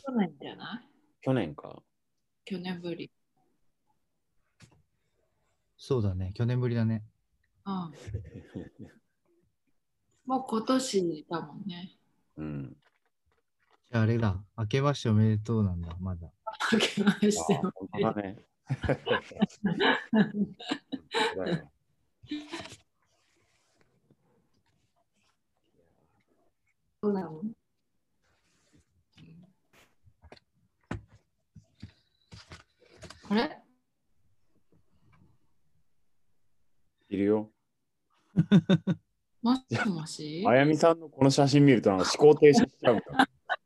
去年じゃない？ 去年か。 去年ぶり。 そうだね、去年ぶりだね。 うん。もう今年だもんね。 うん。 じゃああれだ、明けましておめでとうなんだ、まだ。 明けましてあ、本当だね。そうだよ。 そうなの？あれ？ いるよ。 もしもしあやみさんのこの写真見るとなんか思考停止しちゃうんだ。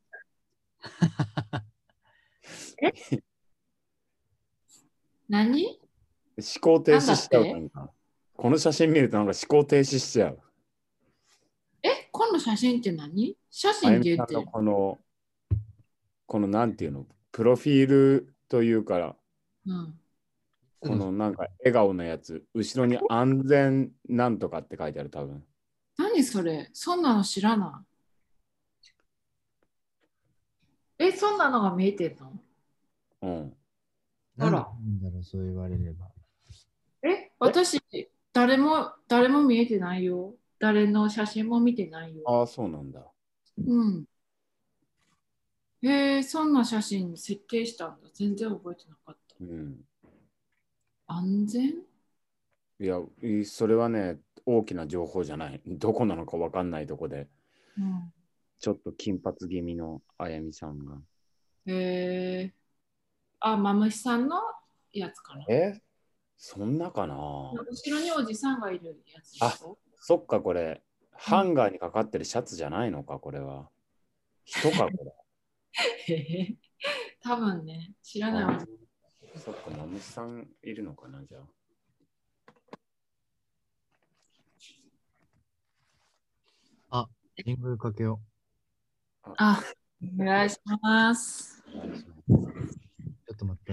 何？ 思考停止しちゃうなんだって？ なんか。この写真見るとなんか思考停止しちゃう。 この写真って何？写あやみさんの真って言ってる。 このなんていうの、プロフィールというから、 うん。 このなんか笑顔のやつ、後ろに安全なんとかって書いてある、多分。 何それ？そんなの知らない。そんなのが見えてるの？ うん。 なんであら。 なんだろう、そう言われれば。 私、誰も見えてないよ。誰の写真も見てないよ。 ああ、そうなんだ。 うん。そんな写真設計したんだ。全然覚えてなかった。 うん。 安全？ いや、それはね、大きな情報じゃない。どこなのかわかんないとこで、 うん。 ちょっと金髪気味のあやみさんが。 マムシさんのやつかな。 そんなかな。 後ろにおじさんがいるやつであ、 しょ？ そっか、これ、ハンガーにかかってるシャツじゃないのか、これは。人か、これ。 へへ多分ね、知らないわ。 そっか、マムシさんいるのかな、じゃあ。 あ、ジングルかけよお願いします。 う。ちょっと待って。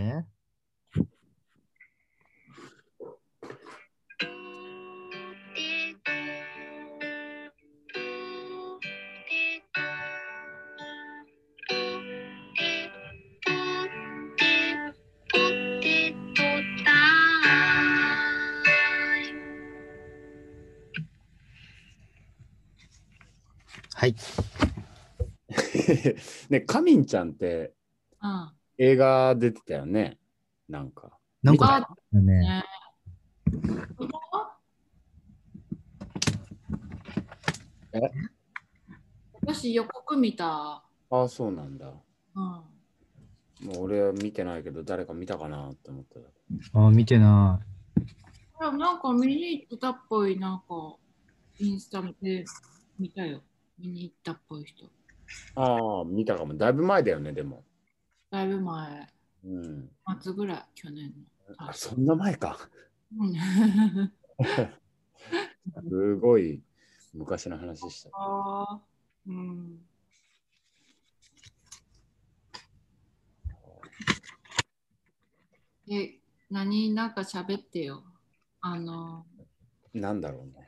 はい。 ね、カミンちゃんってうん映画出てたよね。なんか。 なんかあだね。 ね。 え私予告見た。 ああ、そうなんだ。 うん。 もう俺は見てないけど、誰か見たかなって思った。 あ、見てななんか見に行ってたっぽい、なんかインスタで見たよ。見に行ったっぽい人。 ああ、見たかも。だいぶ前だよね、でも。 だいぶ前、 うん。 夏ぐらい、去年の。 あ、そんな前か。 うんすごい昔の話した。 うん。なんか喋ってよ。 なんだろうね。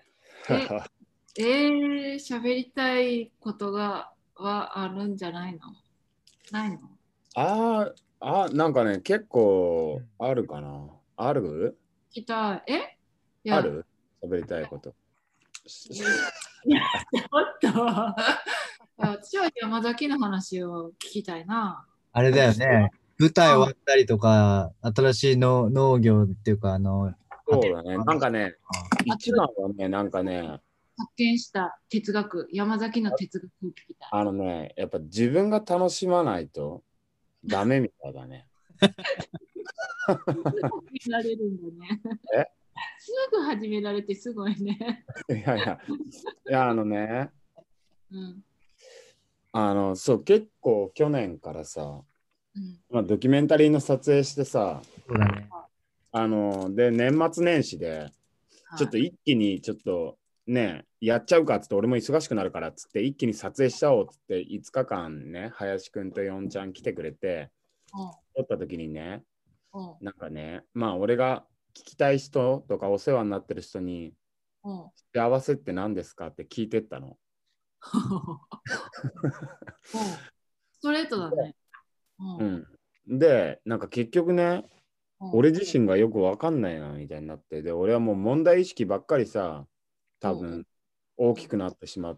喋りたいことはあるんじゃないの？ないの？ なんかね、結構あるかな。ある聞きたい。いや、 ある喋りたいこと。 いやちょっと。私は山崎の話を聞きたいな。 あれだよね。舞台終わったりとか、新しいの農業っていうか、 そうだね。なんかね、一番はね、なんかね、 発見した哲学、山崎の哲学を聞きたい。 やっぱ自分が楽しまないとダメみたいだね。 始められるんだね。 えすぐ始められてすごいね。 いやいや、いや、 うん。 そう、結構去年からさ、 うんドキュメンタリーの撮影してさ、 そうだね。 で、年末年始で、ちょっと一気にちょっとね、やっちゃうかっつって、俺も忙しくなるからっつって、一気に撮影しちゃおうっつって、5日間ね、林くんとヨンちゃん来てくれて、撮った時にね、なんかね、まあ俺が聞きたい人とかお世話になってる人に、幸せって何ですかって聞いてったの。 ストレートだね。 うん。で、なんか結局ね、 うん俺自身がよくわかんないなみたいになって、で、俺はもう問題意識ばっかりさ、多分大きくなってしまって、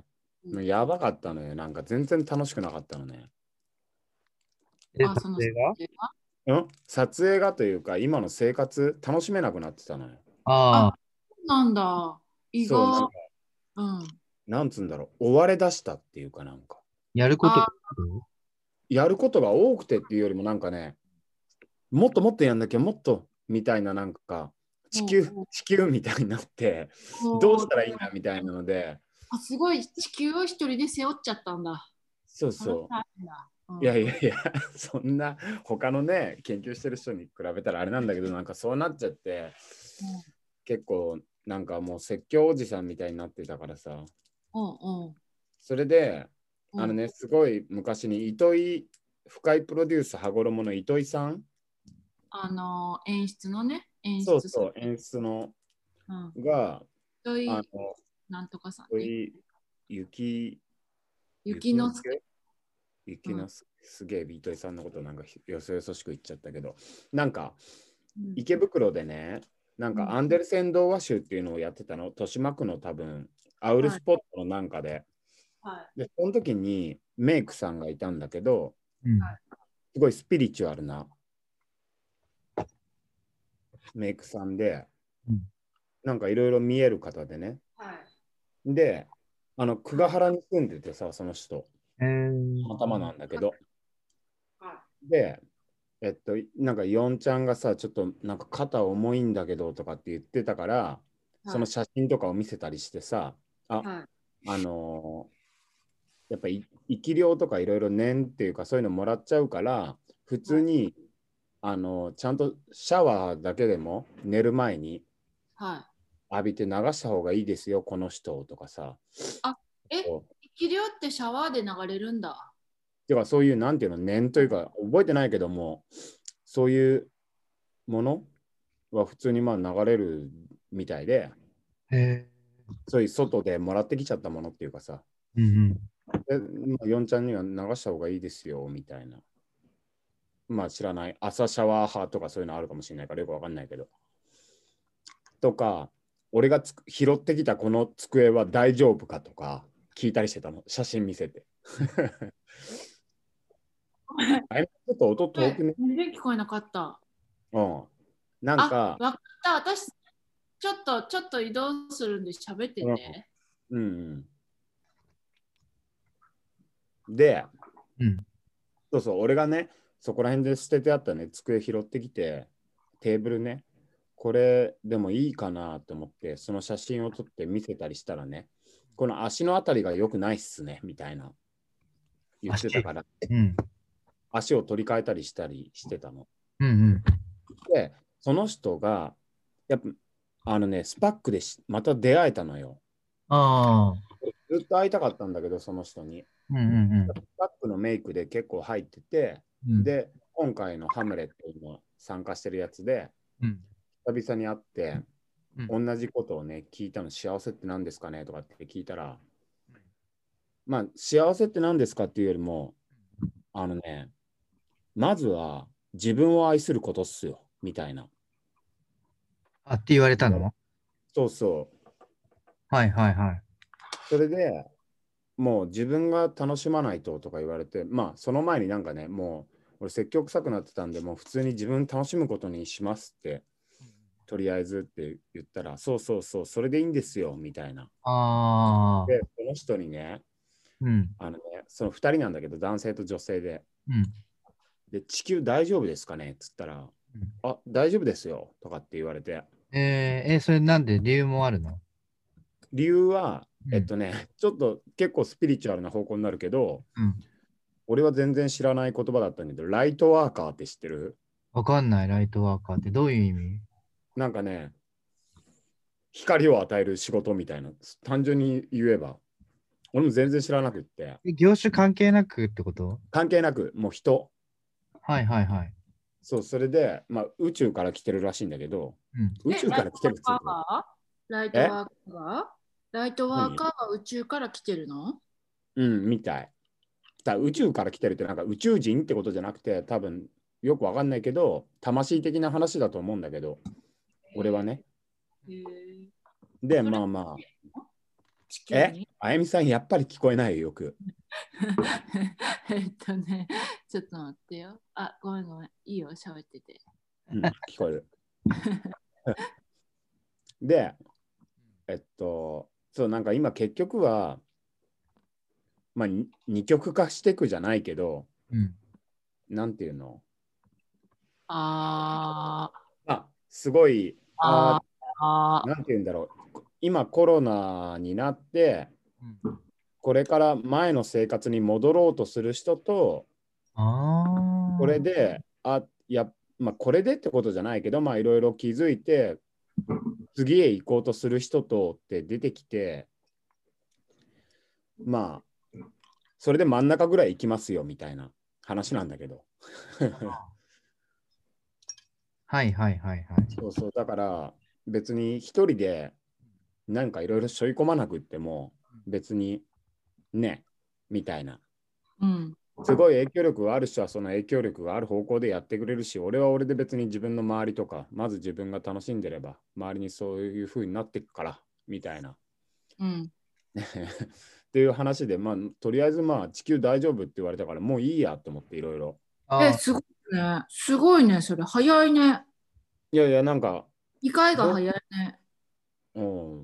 もうやばかったのよ。なんか全然楽しくなかったのね。 あ、その撮影が撮影がというか、今の生活楽しめなくなってたのよ。 あ、 ああ、 そうなんだ。意そう、なん外。 か、 うん。 なんつうんだろう、追われ出したっていうかなんか、 やることがあ、 あるやることが多くてっていうよりもなんかね、もっともっとやんなきゃもっとみたいななんか、地球みたいになって、どうしたらいいんだみたいなので、 あ、すごい、地球を一人で背負っちゃったんだ。それそうそ大変だ。うう。いやいん。 やいや、そんな他のね、研究してる人に比べたらあれなんだけど、なんかそうなっちゃって、 うん結構なんかもう説教おじさんみたいになってたからさ、 うんそれで、 うん。 すごい昔に深井プロデュース羽衣の糸井さん、 演出のね、演出さん。 そうそう、演出のうん。 が、 とい、 あの、 なんとかさんね。 糸井雪、 雪之助。うん。 雪のすげえ糸井さんのことなんかよそよそしく言っちゃったけど、なんかうん池袋でね、なんうんかアンデルセン童話集っていうのをやってたの、豊島区の多分、アウルはい。 スポットのなんかで、 はい。 で、その時にメイクさんがいたんだけど、 うん。 すごいスピリチュアルなメイクさんで、 うん。 なんかいろいろ見える方でね。 はい。 で、久我はい。 原に住んでてさ、その人、たまたまなんだけど、 はで、なんかヨンちゃんがさ、ちょっとなんか肩重いんだけどとかって言ってたから、 い。はい。 その写真とかを見せたりしてさ、 はい。 あのやっぱり生き量とかいろいろ念っていうかそういうのもらっちゃうから、普はい。 通に、ちゃんとシャワーだけでも寝る前にはい。 浴びて流した方がいいですよ、この人とかさ。 あ、 そう生き量ってシャワーで流れるんだ。 てかそういうなんていうの念というか覚えてないけども、そういうものは普通にまあ流れるみたいで、 へえ。 そういう外でもらってきちゃったものっていうかさ、 うんうん。 で、まあ、ヨンちゃんには流した方がいいですよみたいな。まあ知らない。朝シャワー派とかそういうのあるかもしれないからよくわかんないけど。とか、俺が拾ってきたこの机は大丈夫かとか聞いたりしてたの。写真見せて。あれ、ちょっと音遠くね。 全然聞こえなかった。 うん。なんあ、 か、 わかった。私、ちょっと移動するんで喋ってうん、 て。 うんうん。で、 うん。 そうそう、俺がね、そこら辺で捨ててあったね、机拾ってきて、テーブルね、これでもいいかなと思って、その写真を撮って見せたりしたらね、この足のあたりが良くないっすね、みたいな言ってた足。 から、 うん。 足を取り替えたりしたりしてたの。 うんうん。 で、その人が、やっぱ、スパックでまた出会えたのよ。 ああ。 ずっと会いたかったんだけど、その人に。 うんうんスパックのメイクで結構入ってて、 うん。うん。 で、今回のハムレットに参加してるやつで、 うん。 久々に会って、 うん。 同じことをね、聞いたの、幸せって何ですかねとかって聞いたら、まあ、幸せって何ですかっていうよりも、あのね、まずは自分を愛することっすよ、みたいな。 あって言われたの？ そうそう。 はいはいはい。 それでもう自分が楽しまないととか言われて、まあ、その前になんかね、もう、俺説教臭くなってたんで、もう普通に自分楽しむことにしますって、とりあえずって言ったら、そうそうそう、それでいいんですよ、みたいな。 ああ。 で、この人にね、 うん。 その2人なんだけど、男性と女性で、 うん。 で、地球大丈夫ですかねっつったら、 うん。 あ、大丈夫ですよ、とかって言われて、 それなんで理由もあるの？ 理由は、 うん。 ちょっと結構スピリチュアルな方向になるけど、 うん。 俺は全然知らない言葉だったんだけど、ライトワーカーって知ってる？ わかんない、ライトワーカーってどういう意味？ なんかね、光を与える仕事みたいな、単純に言えば、俺も全然知らなくって、 業種関係なくってこと？ 関係なく、もう人。 はいはいはい。 そう、それで、まあ、宇宙から来てるらしいんだけど、 うん。 宇宙から来てるっつうと、 ライトえワーカーが宇宙から来てるの？ うん、みたい。 宇宙から来てるってなんか宇宙人ってことじゃなくて、多分よくわかんないけど、魂的な話だと思うんだけど、俺はね。で、まあまあ。 地球にあやみさん、やっぱり聞こえないよ、よく。 ちょっと待ってよ。あ、ごめんごめん。いいよ、喋ってて。 うん、聞こえる。で、そう、なんか今結局は、まあ、二極化していくじゃないけど、なんていうのあすごい、 ああなんていうんだろう。今コロナになって、これから前の生活に戻ろうとする人と、これで、まあ、これでってことじゃないけど、まあ、いろいろ気づいて、次へ行こうとする人とって出てきて、まあ、それで真ん中ぐらい行きますよみたいな話なんだけど。 はいはいはいはい。 そうそう、だから別に一人でなんかいろいろ背負い込まなくっても別にね、みたいな。 うん。 すごい影響力がある人はその影響力がある方向でやってくれるし、俺は俺で別に自分の周りとか、まず自分が楽しんでれば、周りにそういう風になっていくから、みたいな。 うん。 っていう話で、まあ、とりあえずまあ地球大丈夫って言われたから、もういいやと思っていろいろ。 すごいね。すごいね、それ。早いね。 いやいや、なんか、 理解が早いね。 うん、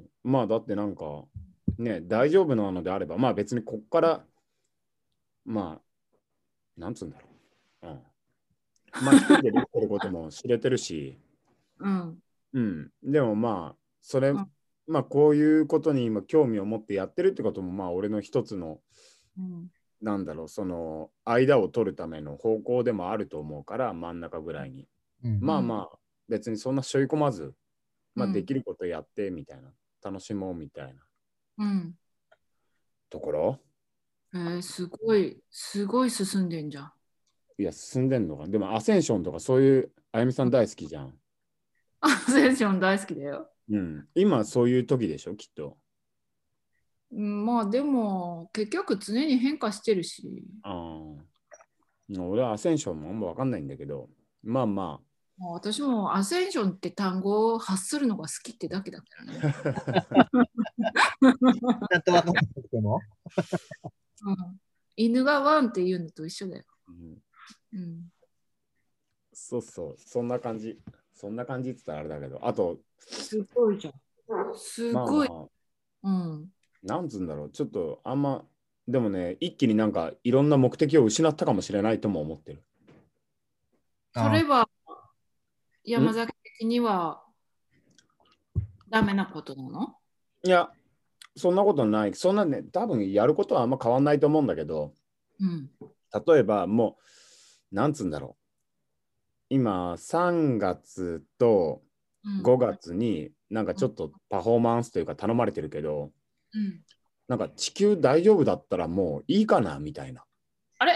まあだってなんか、ね、大丈夫なのであれば、まあ別にこっから、まあ、なんつうんだろう。うん。まあ一人でできてることも知れてるし、 うん。 うん。でもまあ、それ、 うん。 まあこういうことに今興味を持ってやってるってことも、まあ俺の一つの、 うん。 なんだろう、その間を取るための方向でもあると思うから、真ん中ぐらいに。まあまあ、別にそんな背負い込まず、まあできることやってみたいな、楽しもうみたいなうん。 ところ。 すごい、すごい進んでんじゃん。 いや、進んでんのか。でも、アセンションとかそういう、あやみさん大好きじゃん。 あ、センション大好きだよ。 うん。今、そういう時でしょ、きっと。 うん、まあでも、結局常に変化してるし。 ああ。俺はアセンションもあんま分かんないんだけど、まあままあ私もアセンションって単語を発するのが好きってだけだからね。 あ。 ちゃんと分かんなくても。 うん、犬がワンっていうのと一緒だよ。 うん、 うん、 そうそう、そんな感じ。そんな感じって言ったらあれだけど、あと、 すごいじゃん。すごい。 まあまうん。 あ、なんつうんだろう、ちょっとあんま、でもね、一気になんかいろんな目的を失ったかもしれないとも思ってる。 それは山ん崎的にはダメなことなの？ いや、そんなことない。そんなね、多分やることはあんま変わんないと思うんだけど、 うん。 例えばもう、なんつうんだろう。今、3月とうん 5月になんかちょっとパフォーマンスというか頼まれてるけど、 うん。 なんか地球大丈夫だったらもういいかなみたいな。 あれ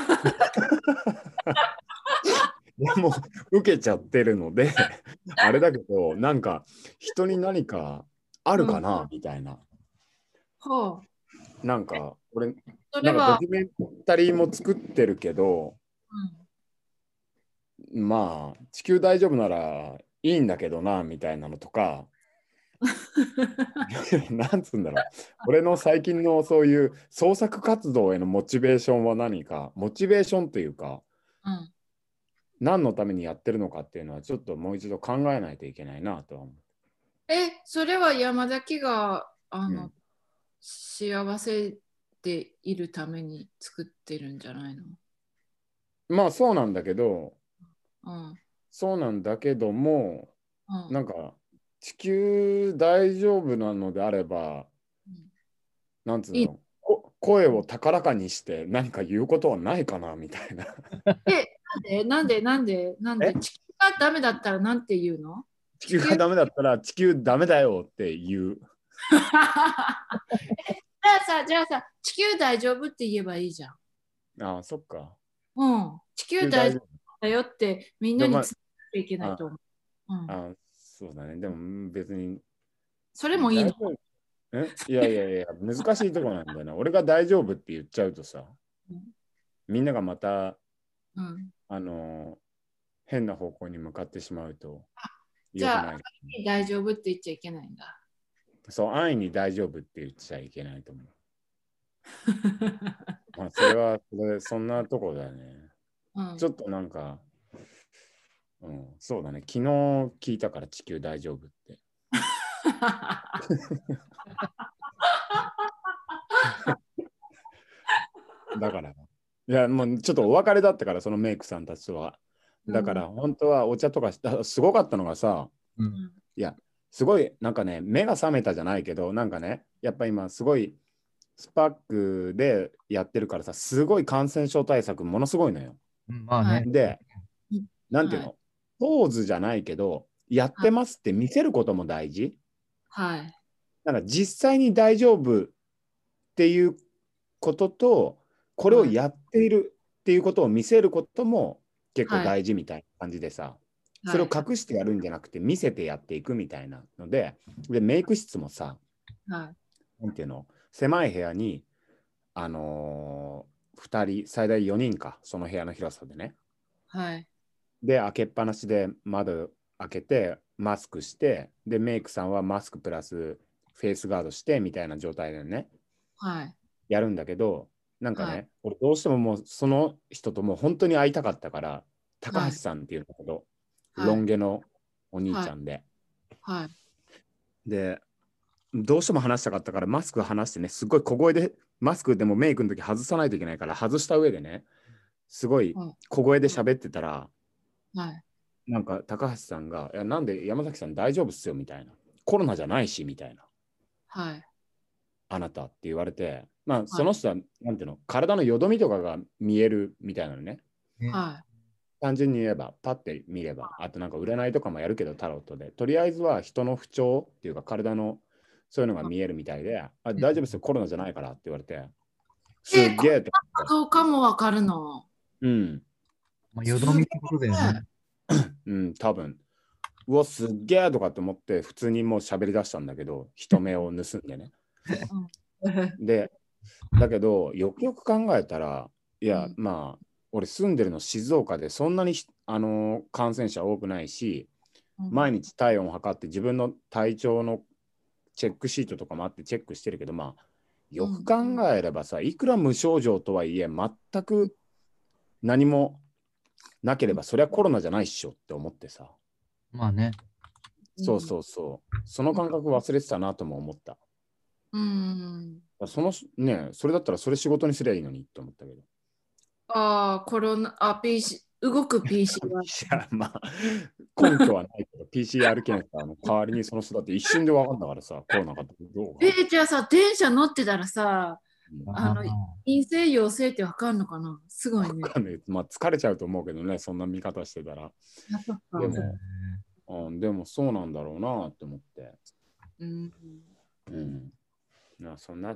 でも受けちゃってるのであれだけど、なんか人に何かあるかな、みたいな。 はあ、 なんか俺、なんかドそれは、 キュメンタリーも作ってるけど、 うんまあ地球大丈夫ならいいんだけどな、みたいなのとか、なんつうんだろう。俺の最近のそういう創作活動へのモチベーションは何か、モチベーションというか、 うん、 何のためにやってるのかっていうのはちょっともう一度考えないといけないなとは思それは山崎がう。うん、 幸せでいるために作ってるんじゃないの？ まあそうなんだけど、 うん、 そうなんだけども、 うん、 なんか地球大丈夫なのであれば、 うん。 なんつういい。 の、声を高らかにして何か言うことはないかなみたいな。 なんでえ地球がダメだったらなんて言うの？ 地球がダメだったら地球ダメだよって言う。 じゃあさ、地球大丈夫って言えばいいじゃん。 ああ、そっか。 うん。地地球球大丈夫大丈夫。 だよってみんなでも、 に伝えなきゃいけないあと思う。うん。 あ、そうだね。でも別にそれもいいの？ 大丈夫。いやいやいや、難しいところなんだよな。俺が大丈夫って言っちゃうとさ、 みんながまた、 うん。 変な方向に向かってしまうとじゃあ、 良くない。 大丈夫って言っちゃいけないんだ。 そう、安易に大丈夫って言っちゃいけないと思う。まあ、それはそんなとこだよね。 うん、 ちょっとなんか、そうだね。昨日聞いたから地球大丈夫って。だから、いや、もうちょっとお別れだったから、そのメイクさんたちとは。だから、本当はお茶とかすごかったのがさ、 う。 うんん、 いや、すごい、なんかね、目が覚めたじゃないけど、なんかね、やっぱ今、すごい、スパックでやってるからさ、すごい感染症対策、ものすごいのよ。 まあね。 で、なんていうはい、 の、ポーズじゃないけど、やってますって見せることも大事。 はい、 なんか実際に大丈夫っていうことと、これをやっているっていうことを見せることも結構はい、 大事みたいな感じでさ、それをはい、 隠してやるんじゃなくて見せてやっていくみたいなので、メイク室もさ、 はい、 なんていうの、狭い部屋に、2人、最大4人か、その部屋の広さでね。 はい、 で、開けっぱなしで窓開けて、マスクして、で、メイクさんはマスクプラスフェイスガードしてみたいな状態でね、 はい、 やるんだけど、なんかはい、 ね、俺どうしてももうその人ともう本当に会いたかったから、高はい、 橋さんっていうんだけど、 はい、 ロン毛のお兄はい、 ちゃんで。 はい、 で、どうしても話したかったからマスク話してね、すごい小声で、マスクでもメイクの時外さないといけないから外した上でね、すごい小声で喋ってたら、 はい、 なんか高橋さんが、いや、なんで山崎さん大丈夫っすよみたいな。コロナじゃないしみたいな。 はい、 あなたって言われて、まあはい、 その人は、なんていうの、体のよどみとかが見えるみたいなのね。 ね。 は単純に言えば、パッて見れば、あとなんか占いとかもやるけど、タロットで。とりあえずは人の不調っていうか、体のそういうのが見えるみたいで、あ、大丈夫ですよ、コロナじゃないからって言われて、 い。 すっげえと思って。 顔かもわかるの。 うん、 まあ、よすごいどみってことだよね。 うん、多分。うわ、すっげえとかって思って、普通にもう喋り出したんだけど、人目を盗んでね。 うん。 で、だけど、よくよく考えたら、いや、 うん、 まあ、俺住んでるの静岡で、そんなに感染者多くないし、 うん、 毎日体温を測って自分の体調のチェックシートとかもあってチェックしてるけど、まあ、よく考えればさ、いくら無症状とはいえ、全く何もなければ、そりゃコロナじゃないっしょって思ってさ。 まあね。 そうそうそう。その感覚忘れてたなとも思った。 うん。 そのね、それだったらそれ仕事にすりゃいいのにって思ったけど。 ああ、コロナ、PC、動く PC は。 いや、まあ、根拠はないけど、PCR 検査の代わりにその人だって一瞬で分かんだからさ、コロナかどうか。 じゃあさ、電車乗ってたらさ、 うんあの、陰性、陽性ってわかんのかな、すごいね。 わかんない。まあ、疲れちゃうと思うけどね、そんな見方してたら。 あ、そっか。 でも、でもそうなんだろうなって思って。 うん。 うん。そんな、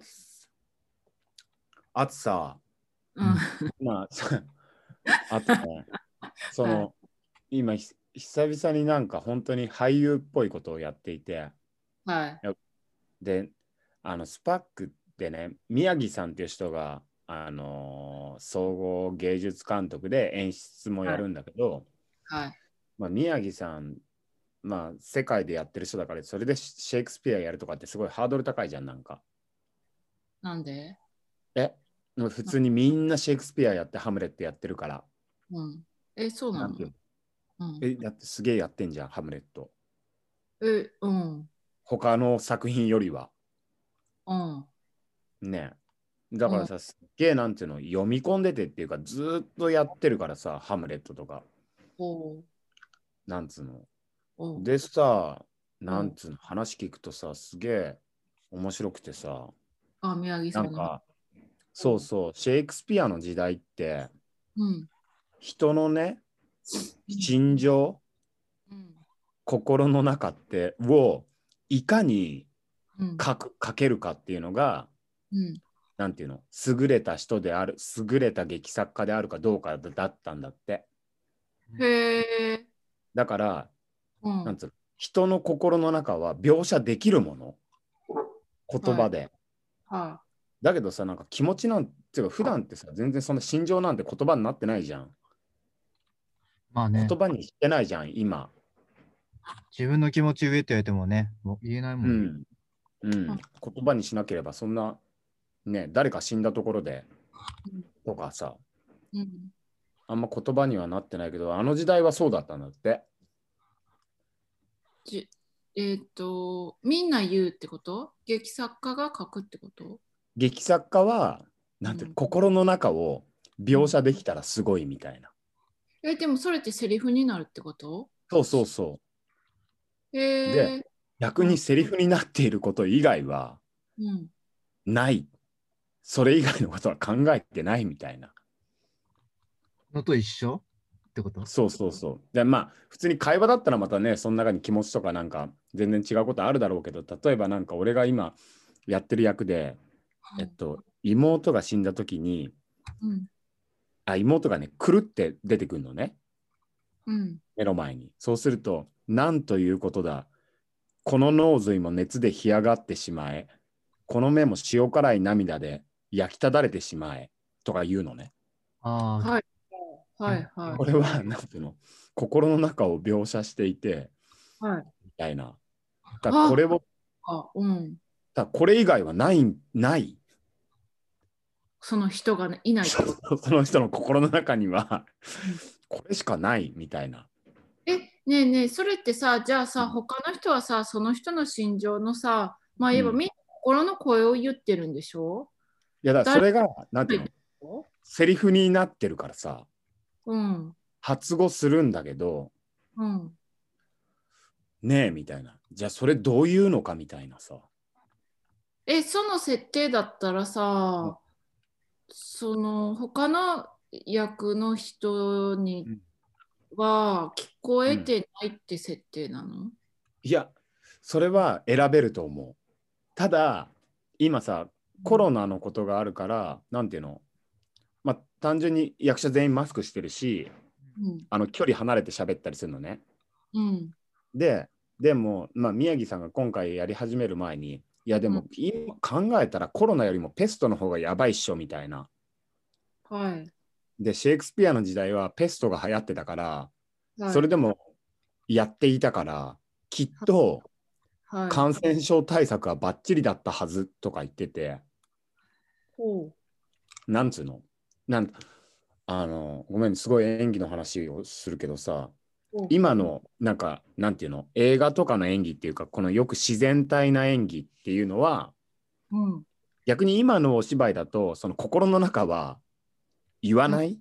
あとさ、 うん。 まあ、あとね、そはい。 の、今、久々になんか本当に俳優っぽいことをやっていて、 はい。 で、スパックでね、宮城さんっていう人が、総合芸術監督で演出もやはい。 るんだけど、 はい。 まあ、宮城さん、まあ、世界でやってる人だから、それでシェイクスピアやるとかってすごいハードル高いじゃん、なんか。 なんで？ え、もう普通にみんなシェイクスピアやってハムレットやってるから。 うん。そうなの？ なんていうの？ うん。 だってすげえやってんじゃん、ハムレット。 うん。 他の作品よりは。 うん。 ね。だうん。 からさ、すっげえなんていうの、読み込んでてっていうか、ずーっとやってるからさ、ハムレットとか。 おう。 なんつうの。 おう。 でさ、 おう。 なんつうの、話聞くとさ、すげえ面白くてさ、 あ、宮城さんの。 なんか、そうそう、シェイクスピアの時代って、 うん。 人のね、 うん。 心情、 うん。 心の中ってをいかにうん。 書けるかっていうのが、 うん。 なんていうの、優れた人である、優れた劇作家であるかどうかだったんだって。 へえ。 だから、 うん。 なんつうの、人の心の中は描写できるもの、言はい。 葉で。 はだけどさ、なんか気持ちなんていうか、普段ってさ、全然そんな心情なんて言葉になってないじゃん。 まあね、 言葉にしてないじゃん、今。 自分の気持ち言えって言われてもね、もう言えないもんね。 うん。うん。言葉にしなければ、そんな、ね、誰か死んだところでとかさ、 うん。 あんま言葉にはなってないけど、あの時代はそうだったんだって。 じみんな言うってこと？劇作家が書くってこと？ 劇作家は、なんて、 うん心の中を描写できたらすごいみたいな。 でもそれってセリフになるってこと？ そうそうそへう。で、 え。 逆にセリフになっていること以外はうん。 ない。それ以外のことは考えてないみたいな。 のと一緒ってこと？ そうそうそう。で、まあ、普通に会話だったらまたね、その中に気持ちとかなんか全然違うことあるだろうけど、例えばなんか俺が今やってる役で、妹が死んだ時に、 うん。 妹がね、くるって出てくるのね、 うん。 目の前に。そうすると、なんということだ。この脳髄も熱で干上がってしまえ。この目も塩辛い涙で焼きただれてしまえ。とか言うのね。 ああ、 はい。はいはい。 これは、なんていうの、心の中を描写していて、 はい。 みたいな。だからこれを、 うん。 これ以外はない。 その人が、ね、いないってこと？ その人の心の中には、 うん。 これしかないみたいな。 ねえねえ、それってさ、じゃあさ、他の人はさ、その人の心情のさ、まあうん。 言えばみんな心の声を言ってるんでしょ？ いや、だからそ誰れが、なんていうの、 も。 セリフになってるからさ、 うん。 発語するんだけど、 うん。 ねえ、みたいな。じゃあ、それどういうのかみたいなさ。 その設定だったらさ、その他の役の人にうんは聞こうん、 えてないって設定なの？ いや、それは選べると思う。ただ、今さ、コロナのことがあるから、なんていうの、まあ、単純に役者全員マスクしてるし、 うん。 距離離れて喋ったりするのね。 うん。 で、でも、まあ、宮城さんが今回やり始める前に、いや、でうん。 も、今考えたらコロナよりもペストの方がやばいっしょ、みたいな。 はい。 で、シェイクスピアの時代はペストが流行ってたから、 はい。 それでもやっていたから、きっとはい。 感染症対策はバッチリだったはずとか言ってて、 ほなんつうのごめん、すごい演技の話をするけどさ、 う。ほうほう。 今の、なんか、なんていうの、映画とかの演技っていうか、このよく自然体な演技っていうのは、 うん。 逆に今のお芝居だと、その心の中は言わうん。 ない、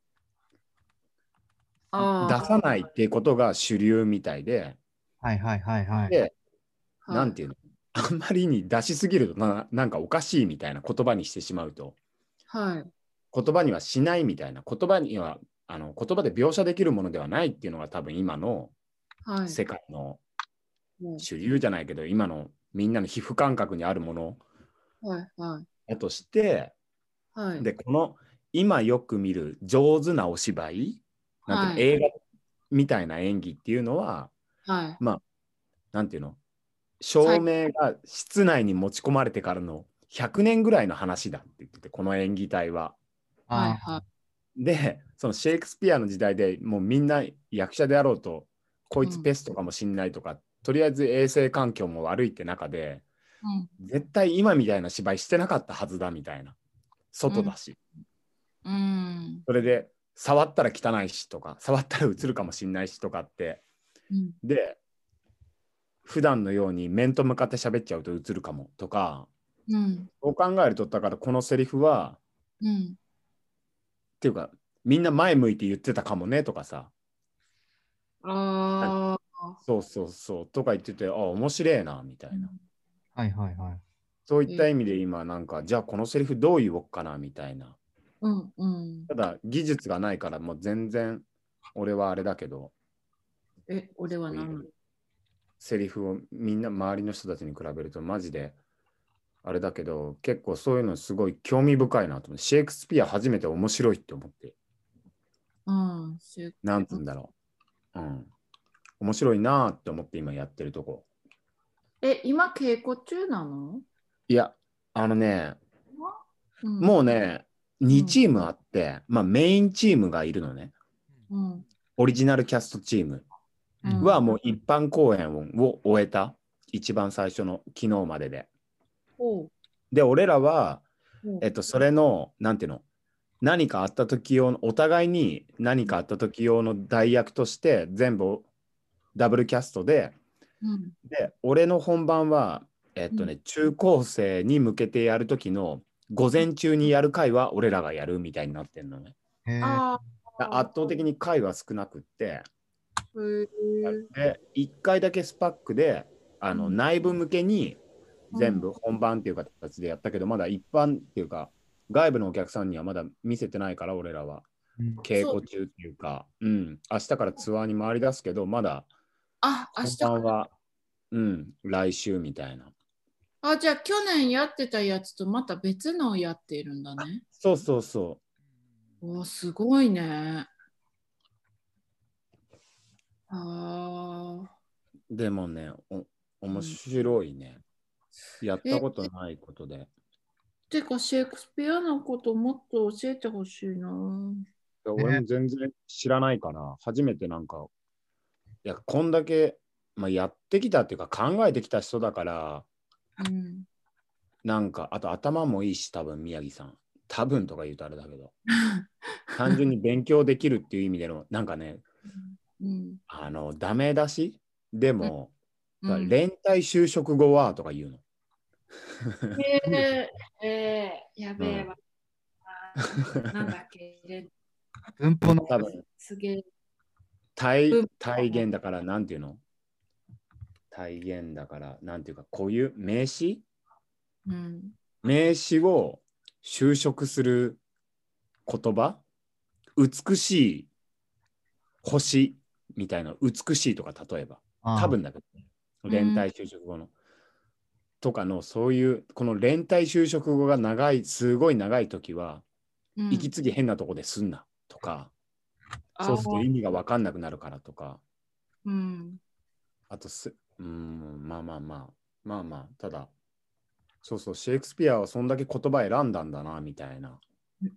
出あさないっていうことが主流みたいで、 はいはいはいはい。 で、 あ、はい。 なんていうの、あんまりに出しすぎるとなんかおかしいみたいな言葉にしてしまうと、 はい。 言葉にはしないみたいな、言葉には、言葉で描写できるものではないっていうのが多分今のはい。 世界のも主流じゃないけど、今のみんなの皮膚感覚にあるものはい。はい。 だとして、 はい。 で、この今よく見る上手なお芝居、なんていうの、 はい。 映画みたいな演技っていうのは、 はい。 まあ、なんていうの、照最後。 明が室内に持ち込まれてからの100年ぐらいの話だって言ってて、この演技体は。 はい。 あはで、そのシェイクスピアの時代でもうみんな役者であろうと、こい。 いつペストかもしんないとか、とりあえず衛生環境も悪いって中で、 うん。 絶対今みたいな芝居してなかったはずだみたいな。 うん。 外だし。 うん。 それで、触ったら汚いしとか、触ったら映るかもしんないしとかって。 うん。 で、普段のように面と向かって喋っちゃうと映るかもとか、 うん。 そう考えると、だからこのセリフは、 うん。 っていうか、みんな前向いて言ってたかもねとかさ、 ああ。 そうそうそうとか言ってて、面白いなみたいな。 はいはいはい。 そういった意味で今なんか、じゃあこのセリフどう言おうかなみたいな。 うん。うん。 ただ技術がないからもう全然俺はあれだけど、 俺は何なの？ セリフをみんな周りの人たちに比べるとマジであれだけど、結構そういうのすごい興味深いなと思って、シェイクスピア初めて面白いって思って、 うん。 なんつうんだろう。うん。面白いなって思って今やってるとこ。 今稽古中なの？ いや、あのね、 もうね、2チームあって、まあメインチームがいるのね。オリジナルキャストチームはもう一般公演を終えた。一番最初の昨日までで。で、俺らは、それの、なんていうの、何かあった時用の、お互いに何かあった時用の代役として全部ダブルキャストで、で、俺の本番は、中高生に向けてやる時の午前中にやる回は俺らがやるみたいになってんのね。圧倒的に回は少なくって、で、1回だけスパックで、内部向けに全部本番っていう形でやったけど、まだ一般っていうか、外部のお客さんにはまだ見せてないから、俺らは。稽古中っていうか、明日からツアーに回り出すけど、まだ本番は、来週みたいな。 じゃあ去年やってたやつとまた別のをやっているんだね。 そうそうそう。 すごいね。 でもね、面白いね。やったことないことで。 てか、シェイクスピアのこともっと教えてほしいな。 俺も全然知らないから、初めてなんか、いや、こんだけ、やってきたっていうか考えてきた人だから、なんか、あと頭もいいし、多分宮城さん。多分とか言うとあれだけど、単純に勉強できるっていう意味での、なんかね、ダメ出しでも、連帯就職後はとか言うの。 やべえわ。なんだっけ。 文法の多分すげえ。 体現だから、なんていうの、体現だから、なんていうか、こういう名詞、名詞を修飾する言葉、美しい星みたいな、美しいとか、例えば、多分だけど、連帯就職後の。とかの、そういう、この連帯就職後が長い、すごい長い時は、息継ぎ変なとこですんなとか、そうすると意味が分かんなくなるからとか、あとまあ、ただ、そうそう、シェイクスピアはそんだけ言葉選んだんだな、みたいな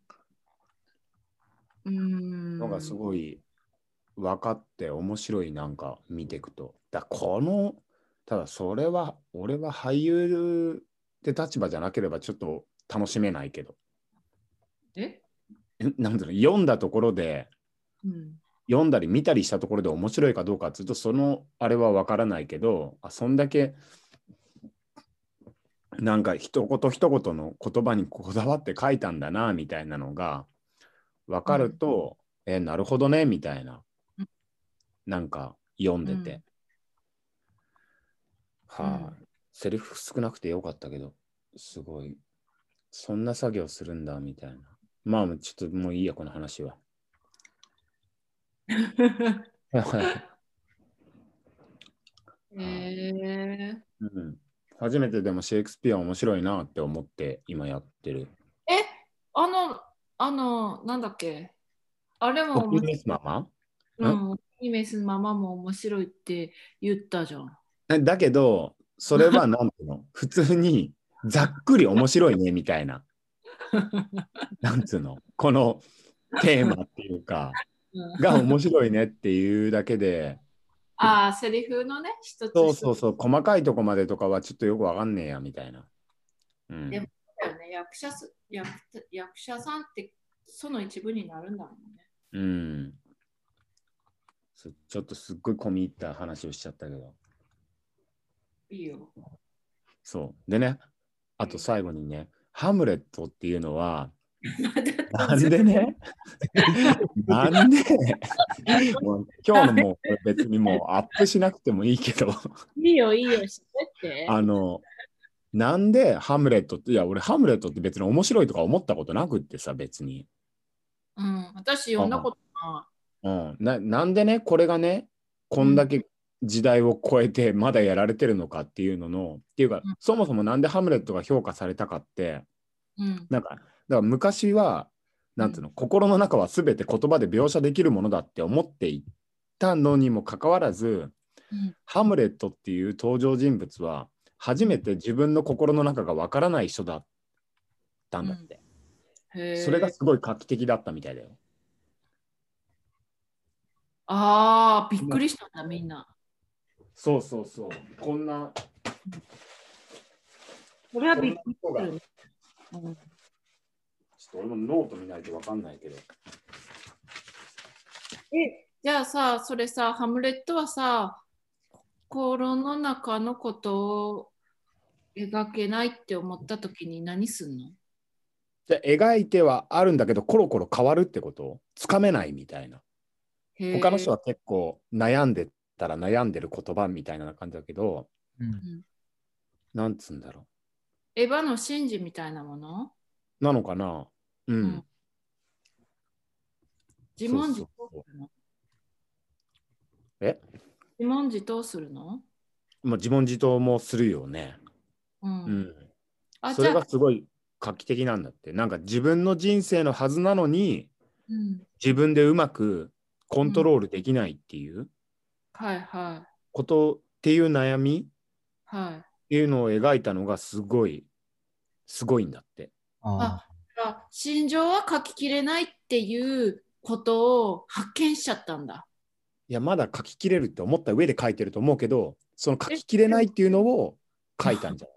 のがすごい分かって面白い、なんか見ていくと。ただそれは、俺は俳優って立場じゃなければちょっと楽しめないけど。なんだろう、読んだところで、読んだり見たりしたところで面白いかどうかっていうと、そのあれは分からないけど、そんだけなんか一言一言の言葉にこだわって書いたんだなみたいなのが分かると、なるほどねみたいな、なんか読んでて、セリフ少なくてよかったけど、すごいそんな作業するんだみたいな。まあちょっともういいや、この話は。初めてでもシェイクスピア面白いなって思って今やってる。 なんだっけ、あれもオピニスママ？ オピニスママも面白いって言ったじゃん。 だけど、それはなんていうの、普通にざっくり面白いねみたいな。なんつうの、このテーマっていうか、が面白いねっていうだけで。 セリフのね、一つそうそうそう、細かいとこまでとかはちょっとよくわかんねえやみたいな。 でもだよね、役者さんってその一部になるんだもんね。 ちょっとすっごい込み入った話をしちゃったけど。 いいよ。 そう。でね、あと最後にね、ハムレットっていうのは、なんでねなんでもう今日のもう別にもうアップしなくてもいいけどいいよ、いいよ、知ってて。 なんでハムレットって、いや、俺ハムレットって別に面白いとか思ったことなくってさ、別に。 私読んだことない。なんでね、これがね、こんだけ時代を超えてまだやられてるのかっていうのの、っていうか、そもそもなんでハムレットが評価されたかって、なんか、だから昔は、なんていうの、心の中は全て言葉で描写できるものだって思っていたのにもかかわらず、ハムレットっていう登場人物は初めて自分の心の中がわからない人だったんだって。 それがすごい画期的だったみたいだよ。 ああ、びっくりしたんだ、みんな。 そうそうそう。こんな。 それはびっくりするね。 ちょっと俺もノート見ないとわかんないけど。 じゃあさ、それさ、ハムレットはさ、心の中のことを描けないって思ったときに何すんの？ で描いてはあるんだけど、コロコロ変わるってことつかめないみたいな。他の人は結構悩んでたら悩んでる言葉みたいな感じだけど、なんつうんだろエヴァのシンジみたいなものう。なのかな。 自問自答するの？自問自答するの？ 自問自答もするよね。それがすごい画期的なんだって。なんか自分の人生のはずなのに、自分でうまくコントロールできないっていうことっていう悩みっていうのを描いたのがすごいんだって。 心情は書ききれないっていうことを発見しちゃったんだ。 いや、まだ書ききれるって思った上で書いてると思うけど、その書ききれないっていうのを書いたんじゃ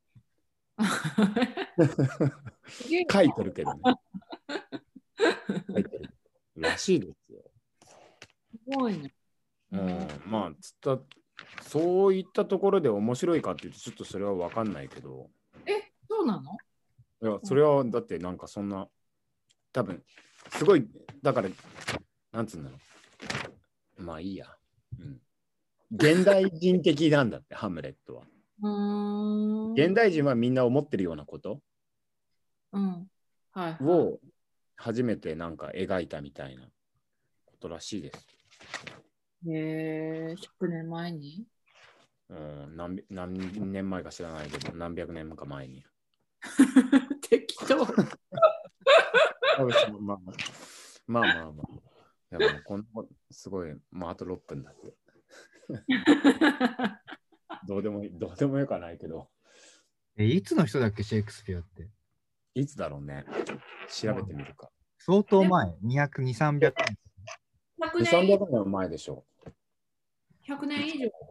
ない書いてるけどね。書いてるらしいですよ。 すごいね。 まあ、そういったところで面白いかっていうと、ちょっとそれは分かんないけど。 そうなの？ いや、それはだってなんかそんな、多分、すごい、だから、なんつうんだろう。まあいいや。現代人的なんだって、ハムレットは。現代人はみんな思ってるようなことを初めてなんか描いたみたいなことらしいです。 100年前に何年前か知らないけど、何百年か前に。 適当。 まあまあ。でもこんなすごい、あと6分だって。どうでもよくはないけど。 いつの人だっけ、シェイクスピアって。 いつだろうね。調べてみるか。 相当前、200、300年。 300年前でしょ。 100年以上。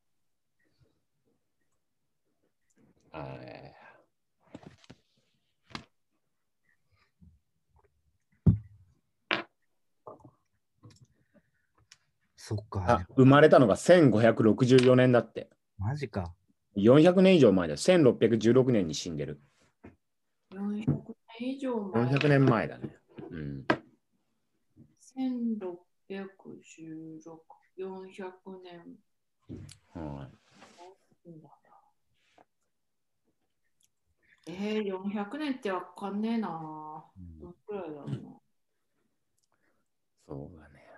そっか。 生まれたのが1564年だって。 マジか。 400年以上前だ。1616年に死んでる。 400年以上前。 400年前だね。 1616、400年。400年ってわかんねえな。どのくらいだろうな。 そうだね。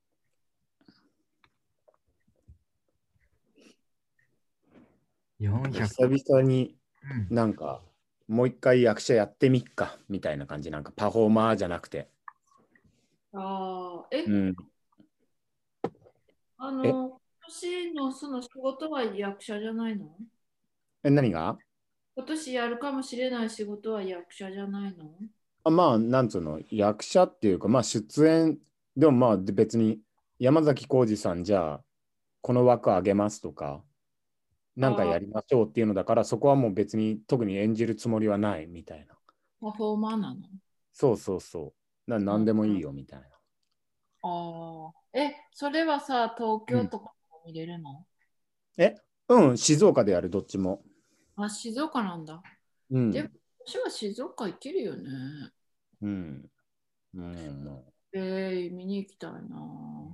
久々になんか、もう一回役者やってみっかみたいな感じ。なんかパフォーマーじゃなくて。 今年のその仕事は役者じゃないの？ 何が？ 今年やるかもしれない仕事は役者じゃないの？ なんつうの、役者っていうか、出演、でも別に山崎浩二さんじゃあ、この枠あげますとか、なんかやりましょうっていうのだから、そこはもう別に特に演じるつもりはないみたいな。 パフォーマーなの？ そう。何でもいいよみたいな。 それはさ、東京とかも見れるの？ 静岡でやる、どっちも。 静岡なんだ。でも、私は静岡行けるよね。見に行きたいな。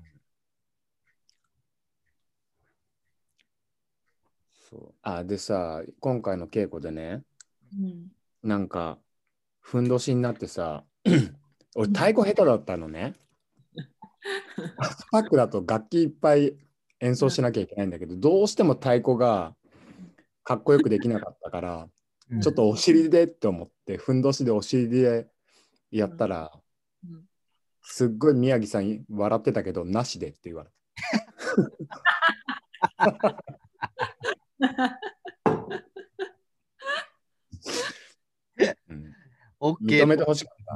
でさ、今回の稽古でね、なんか、ふんどしになってさ、俺、太鼓下手だったのね。スパックだと楽器いっぱい演奏しなきゃいけないんだけど、どうしても太鼓がかっこよくできなかったから、ちょっとお尻でって思って、ふんどしでお尻でやったら、すっごい宮城さん笑ってたけど、なしでって言われた。認めてほしかった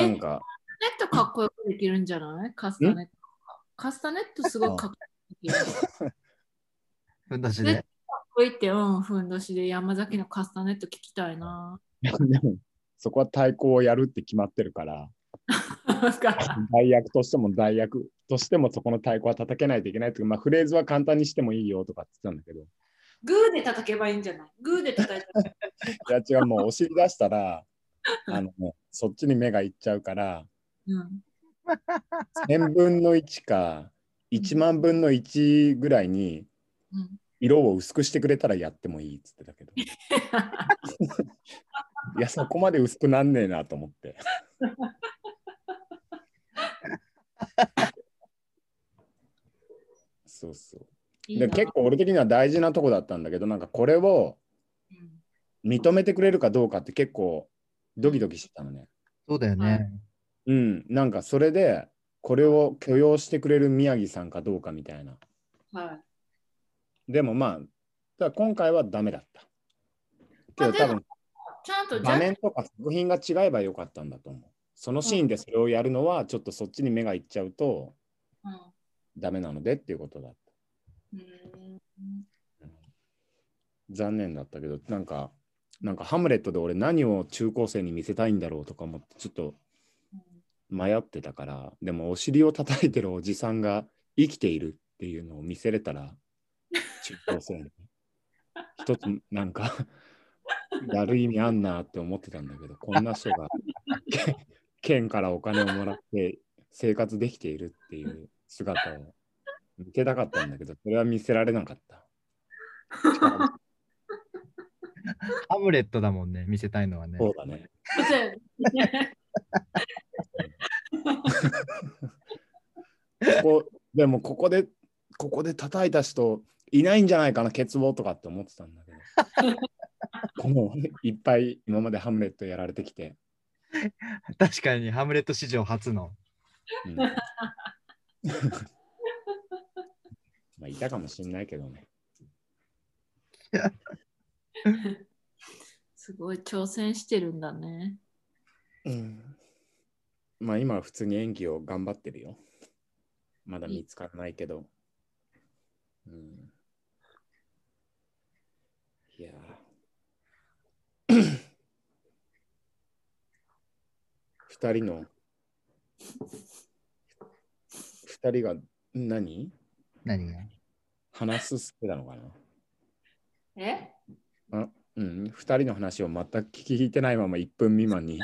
なんか、 ネットかっこよくできるんじゃないカスタネット。カスタネットすごいかっこよくできる。 ふんどしで、かで。 っこいいって、ふんどしで山崎のカスタネット聞きたいな。 でもそこは太鼓をやるって決まってるから、 だから代役としても代役としてもそこの太鼓は叩けないといけないというか、まあ、フレーズは簡単にしてもいいよとかって言ってたんだけど、 グーで叩けばいいんじゃないグーで叩いたら。 いや違う、もうお尻出したら、そっちに目がいっちゃうから、 うん 1000分の1か1万分の1ぐらいにうん色を薄くしてくれたらやってもいいっつってたけど、いや、そこまで薄くなんねえなと思って。そうそう。で、 いいな。 結構俺的には大事なとこだったんだけど、なんかこれをうん認めてくれるかどうかって結構ドキドキしてたのね。 そうだよね。 うん、なんかそれでこれを許容してくれる宮城さんかどうかみたいな。 はいでもまあ、ただ今回はダメだった。けどまあでも多分ちゃんと場面とか作品が違えばよかったんだと思う。そのシーンでそれをやるのはちょっとそっちに目がいっちゃうとうんダメなのでっていうことだった。 うん残念だったけど、なんかハムレットで俺何を中高生に見せたいんだろうとか思ってちょっと迷ってたから、でもお尻を叩いてるおじさんが生きているっていうのを見せれたら中高生に一つなんかやる意味あんなって思ってたんだけど、こんな人が県からお金をもらって生活できているっていう姿を見せたかったんだけど、それは見せられなかった。 ハムレットだもんね、見せたいのはね。 そうだね。でもここで叩いた人いないんじゃないかな、ケツボとかって思ってたんだけどこのいっぱい今までハムレットやられてきて、 確かにハムレット史上初の。 まあいたかもしれないけどね。 すごい挑戦してるんだね。 まあ今は普通に演技を頑張ってるよ。まだ見つからないけど。いや二人が何が話すスペなのかえな。二人の話を全く聞いてないまま1分未満に。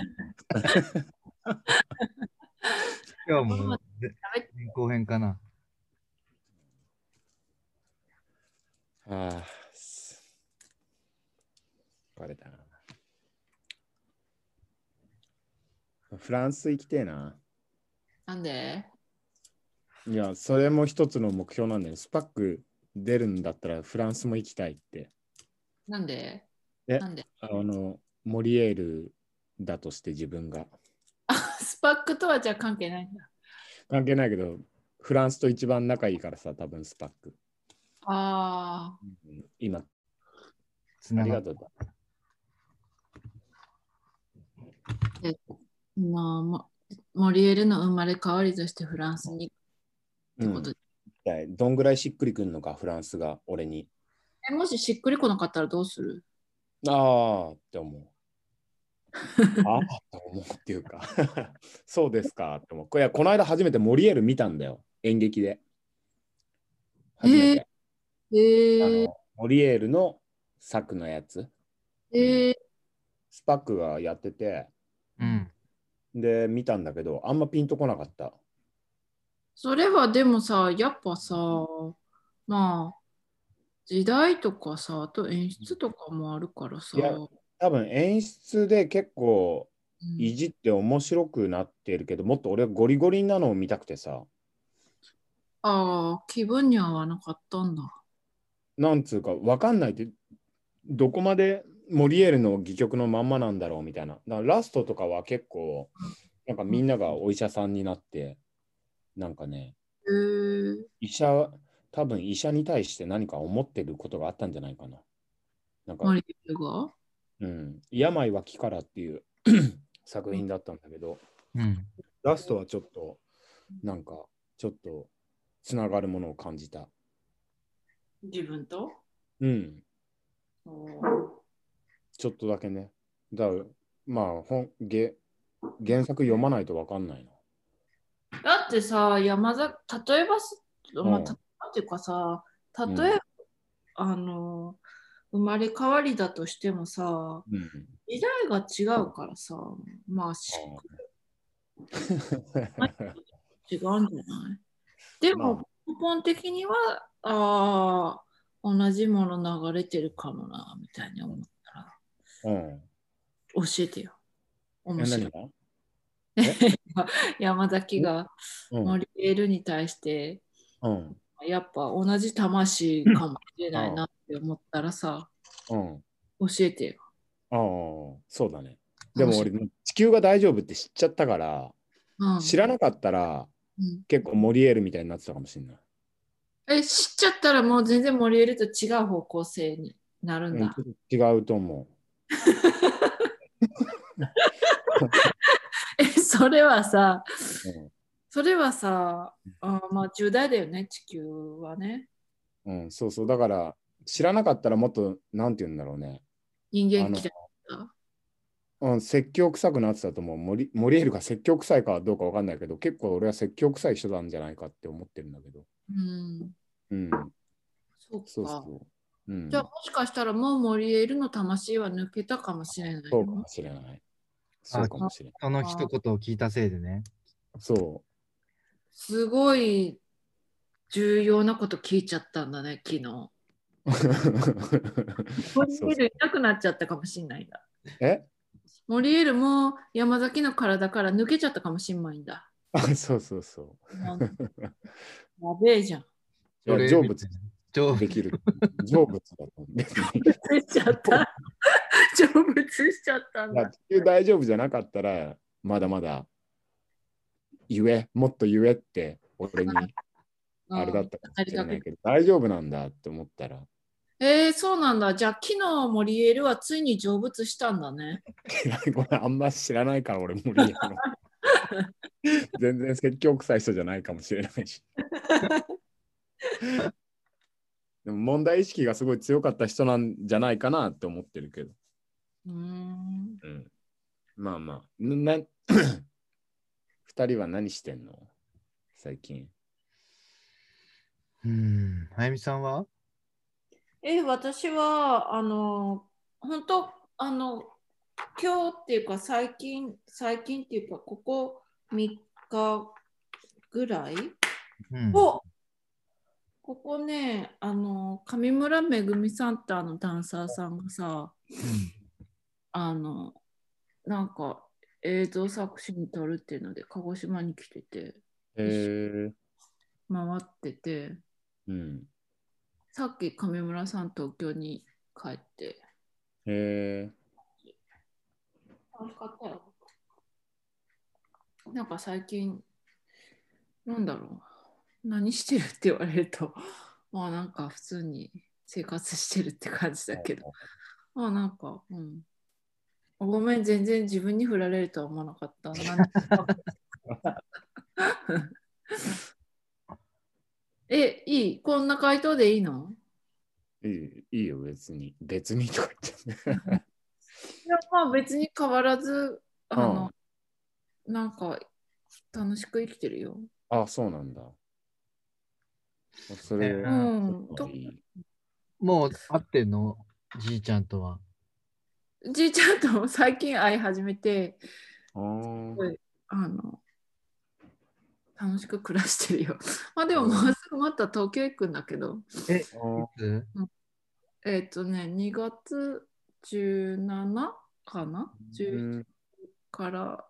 今日も前後編かな。 ああ、疲れたな。フランス行きてえな。 なんでいや、それも一つの目標なんだよ。スパック出るんだったらフランスも行きたいって。 なんでモリエールだとして自分が。 スパックとはじゃあ関係ないんだ。 関係ないけど、フランスと一番仲いいからさ、多分スパック。 ああ。 今、ありがとう。 まあ、モリエルの生まれ変わりとしてフランスにってことで、 どんぐらいしっくりくるのか、フランスが俺に。 もししっくりこなかったらどうする？ ああって思う。ああって思うっていうかそうですかって思う。いや、この間初めてモリエール見たんだよ、演劇で。初めて。モリエールの作のやつ。スパックがやってて、で、見たんだけど、あんまピンとこなかった。 それはでもさ、やっぱさ、まあ、時代とかさ、あと演出とかもあるからさ。 いや、多分演出で結構いじって面白くなってるけど、もっと俺はゴリゴリなのを見たくてさ。 ああ、気分に合わなかったんだ。 なんつうか、わかんないって、どこまでモリエールの戯曲のまんまなんだろうみたいな。だからラストとかは結構、なんかみんながお医者さんになって、なんかね、多分医者に対して何か思ってることがあったんじゃないかな。なんか、 モリエルが病は気からっていう作品だったんだけど、 うん。 ラストはちょっと、なんか、ちょっと、つながるものを感じた。 自分と。 うん。 おーちょっとだけね。だから、まあ、原作読まないとわかんないな。 だってさ、例えばまあ、 うん。 なんていうかさ、 うん。 例えば、生まれ変わりだとしてもさ、 うん。 時代が違うからさ、まあ、違うんじゃないでまあ、 も、根本的には、同じもの流れてるかもな、みたいに思ったら、 うん。 教えてよ。面白い。 何がえ山崎がうん。 森エールに対して、 うん。 やっぱ同じ魂かもしれないあなって思ったらさ、 あ、うん。 教えてよ。 ああ、そうだね。で面白い。 も俺、地球が大丈夫って知っちゃったから、 うん。 知らなかったら、 うん、 結構モリエールみたいになってたかもしれない。 知っちゃったらもう全然森エールと違う方向性になるんうん、ちだ。 ょっと違うと思それはさ、 う。うん。 それはさ、まあ重大だよね、地球はね。 うん、そうそう。だから、知らなかったらもっと、なんて言うんだろうね。あの、 人間嫌いだ。 うん、説教臭くなってたと思う。モリエールが説教臭いかどうかわかんないけど、結構俺は説教臭い人なんじゃないかって思ってるんだけど。 うん。 うん。 そっか。 そうそう。うん。 じゃあもしかしたらもうモリエールの魂は抜けたかもしれないよ。 そうかもしれない。そあ、 うかもしれない。 その一言を聞いたせいでね。 そすごい重要なこと聞いちゃったんだね、昨日。 う。 モリそうそエールいなくなっちゃったかもしれないんだ。 う。 モリエールも山崎の体から抜けちゃったかもしれないんだ。 そうそうそもうう。 やべえじゃん。 いや、 それ成仏みたいな。成できる。成仏だと思う。別に。 成仏しちゃった。成仏しちゃったんだ。 地球大丈夫じゃなかったら、まだまだもっと言えって俺にあれだったかも語りかけて。 しれないけど、大丈夫なんだって思ったら、 そうなんだ。じゃあ、昨日モリエールはついに成仏したんだね。 これあんま知らないから俺無理やの。全然説教臭い人じゃないかもしれないし。でも問題意識がすごい強かった人なんじゃないかなって思ってるけど。 うーん。 うん、まあまあ。二人は何してんの最近。 あやみさんは？ 私は、本当、今日っていうか、最近っていうか、ここ3日ぐらい、 うん。 おここね、上村めぐみさんってダンサーさんがさ、 うん。 あの、なんか映像作詞に撮るっていうので、鹿児島に来てて、 へ一緒え。 に回ってて、 うん。 さっき上村さん東京に帰って、 へえ。 楽しかったよ。なんか最近、なんだろう、何してるって言われると、まあなんか普通に生活してるって感じだけど、まあなんか、うん。ごめん、全然自分に振られるとは思わなかった。いいこんな回答でいいの？ いいよ、別に。別にとか言って。 いや、まあ別に変わらず、 うん。 なんか楽しく生きてるよ。 あ、そうなんだ。そえれ、 うーん。 いい。 もう会ってんの？じいちゃんとは。 じいちゃんとも最近会い始めて、 あーすごい楽しく暮らしてるよ。まあでももうあすぐまた東京行くんだけど、 いー、 つ？ 2月17かな？ う 10 ん。 から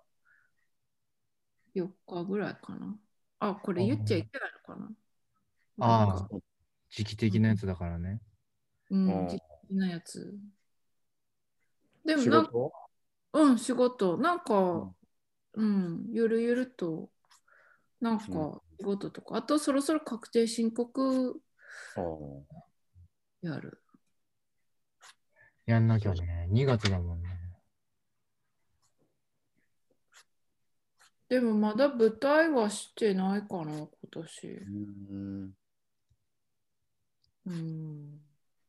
4日ぐらいかな。あ、これあ言っちゃいけないのかな？まあいいか。 あ、時期的なやつだからね。 うん、実あ際なやつ。でもなんか、 仕事仕事、なんか、 うん。 ゆるゆると、なんうん。 か、仕事とか、あとそろそろ確定申告ああ、 やる。 やんなきそう。 ゃね。2月だもんね。 でもまだ舞台はしてないかな、今年。うん。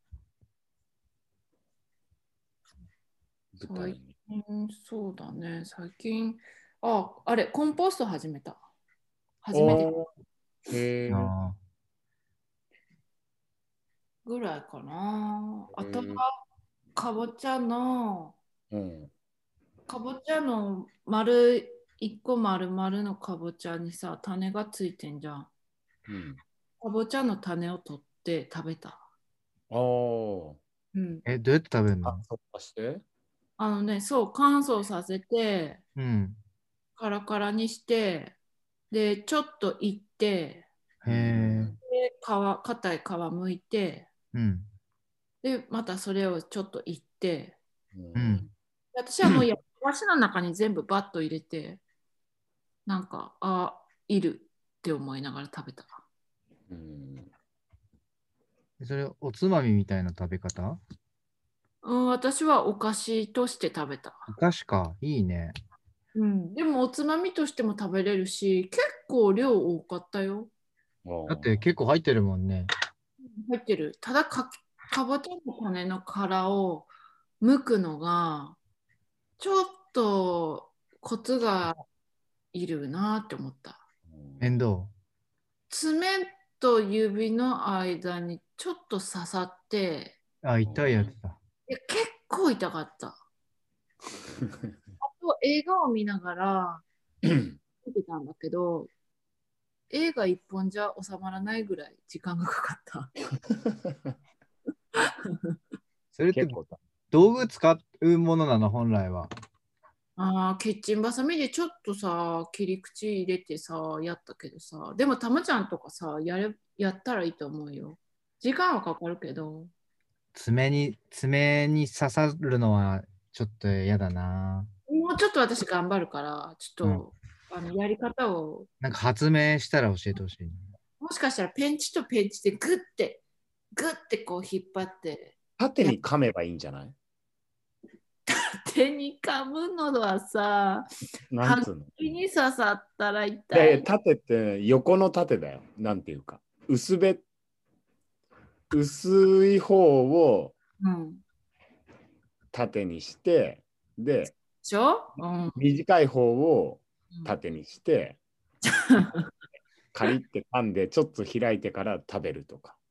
舞台最近、そうだね。最近、あれ、コンポスト始めた。初めてへえ。 あぐらいかな。あとは、 へえ。 かぼちゃの、 うん。 かぼちゃの丸、一個丸々のかぼちゃにさ、種がついてんじゃん。 うん。 かぼちゃの種を取って食べた。 ああ。 うん。 どうやって食べるの？ あ、そっかして。 あのね、そう、乾燥させて、 うん。 カラカラにして、で、ちょっといって、 へえ。 で、硬い皮むいて、 うん。 で、またそれをちょっといって、 うん。 うん。 私はもうやわしの中に全部バッと入れて、なんか、いるって思いながら食べた。 うん。 それ、おつまみみたいな食べ方？ うん、私はお菓子として食べた。 お菓子か。いいね。 うん、でもおつまみとしても食べれるし、結構量多かったよ。 あだってあ。 結構入ってるもんね。 入ってる。ただかぼちゃの種の殻を剥くのが、ちょっとコツがいるなって思った。 面倒。 爪と指の間にちょっと刺さって、 あ、痛いやつだ。 結構痛かった。あと映画を見ながら見てたんだけど、映画一本じゃ収まらないぐらい時間がかかった。 それって結構だ。 道具使うものなの、本来は。 キッチンバサミでちょっとさ、切り口入れてさ、やったけどさ、でもたまちゃんとかさ、やったらいいと思うよ。時間はかかるけど、 爪に刺さるのはちょっと嫌だな。 もうちょっと私頑張るから、ちうん。 ょっとやり方を、 なんか発明したら教えてほしいな。 もしかしたらペンチとペンチでグッてこう引っ張って、 縦に噛めばいいんじゃない？ 手に噛むのはさ、歯なんつうの？ に刺さったらいやいや、 痛い。 縦って横の縦だよ。なんていうか。薄い方をうん。 縦にして、で、 でしょ？うん。 短い方をうん、 縦にして、カリって噛んで、ちょっと開いてから食べるとか。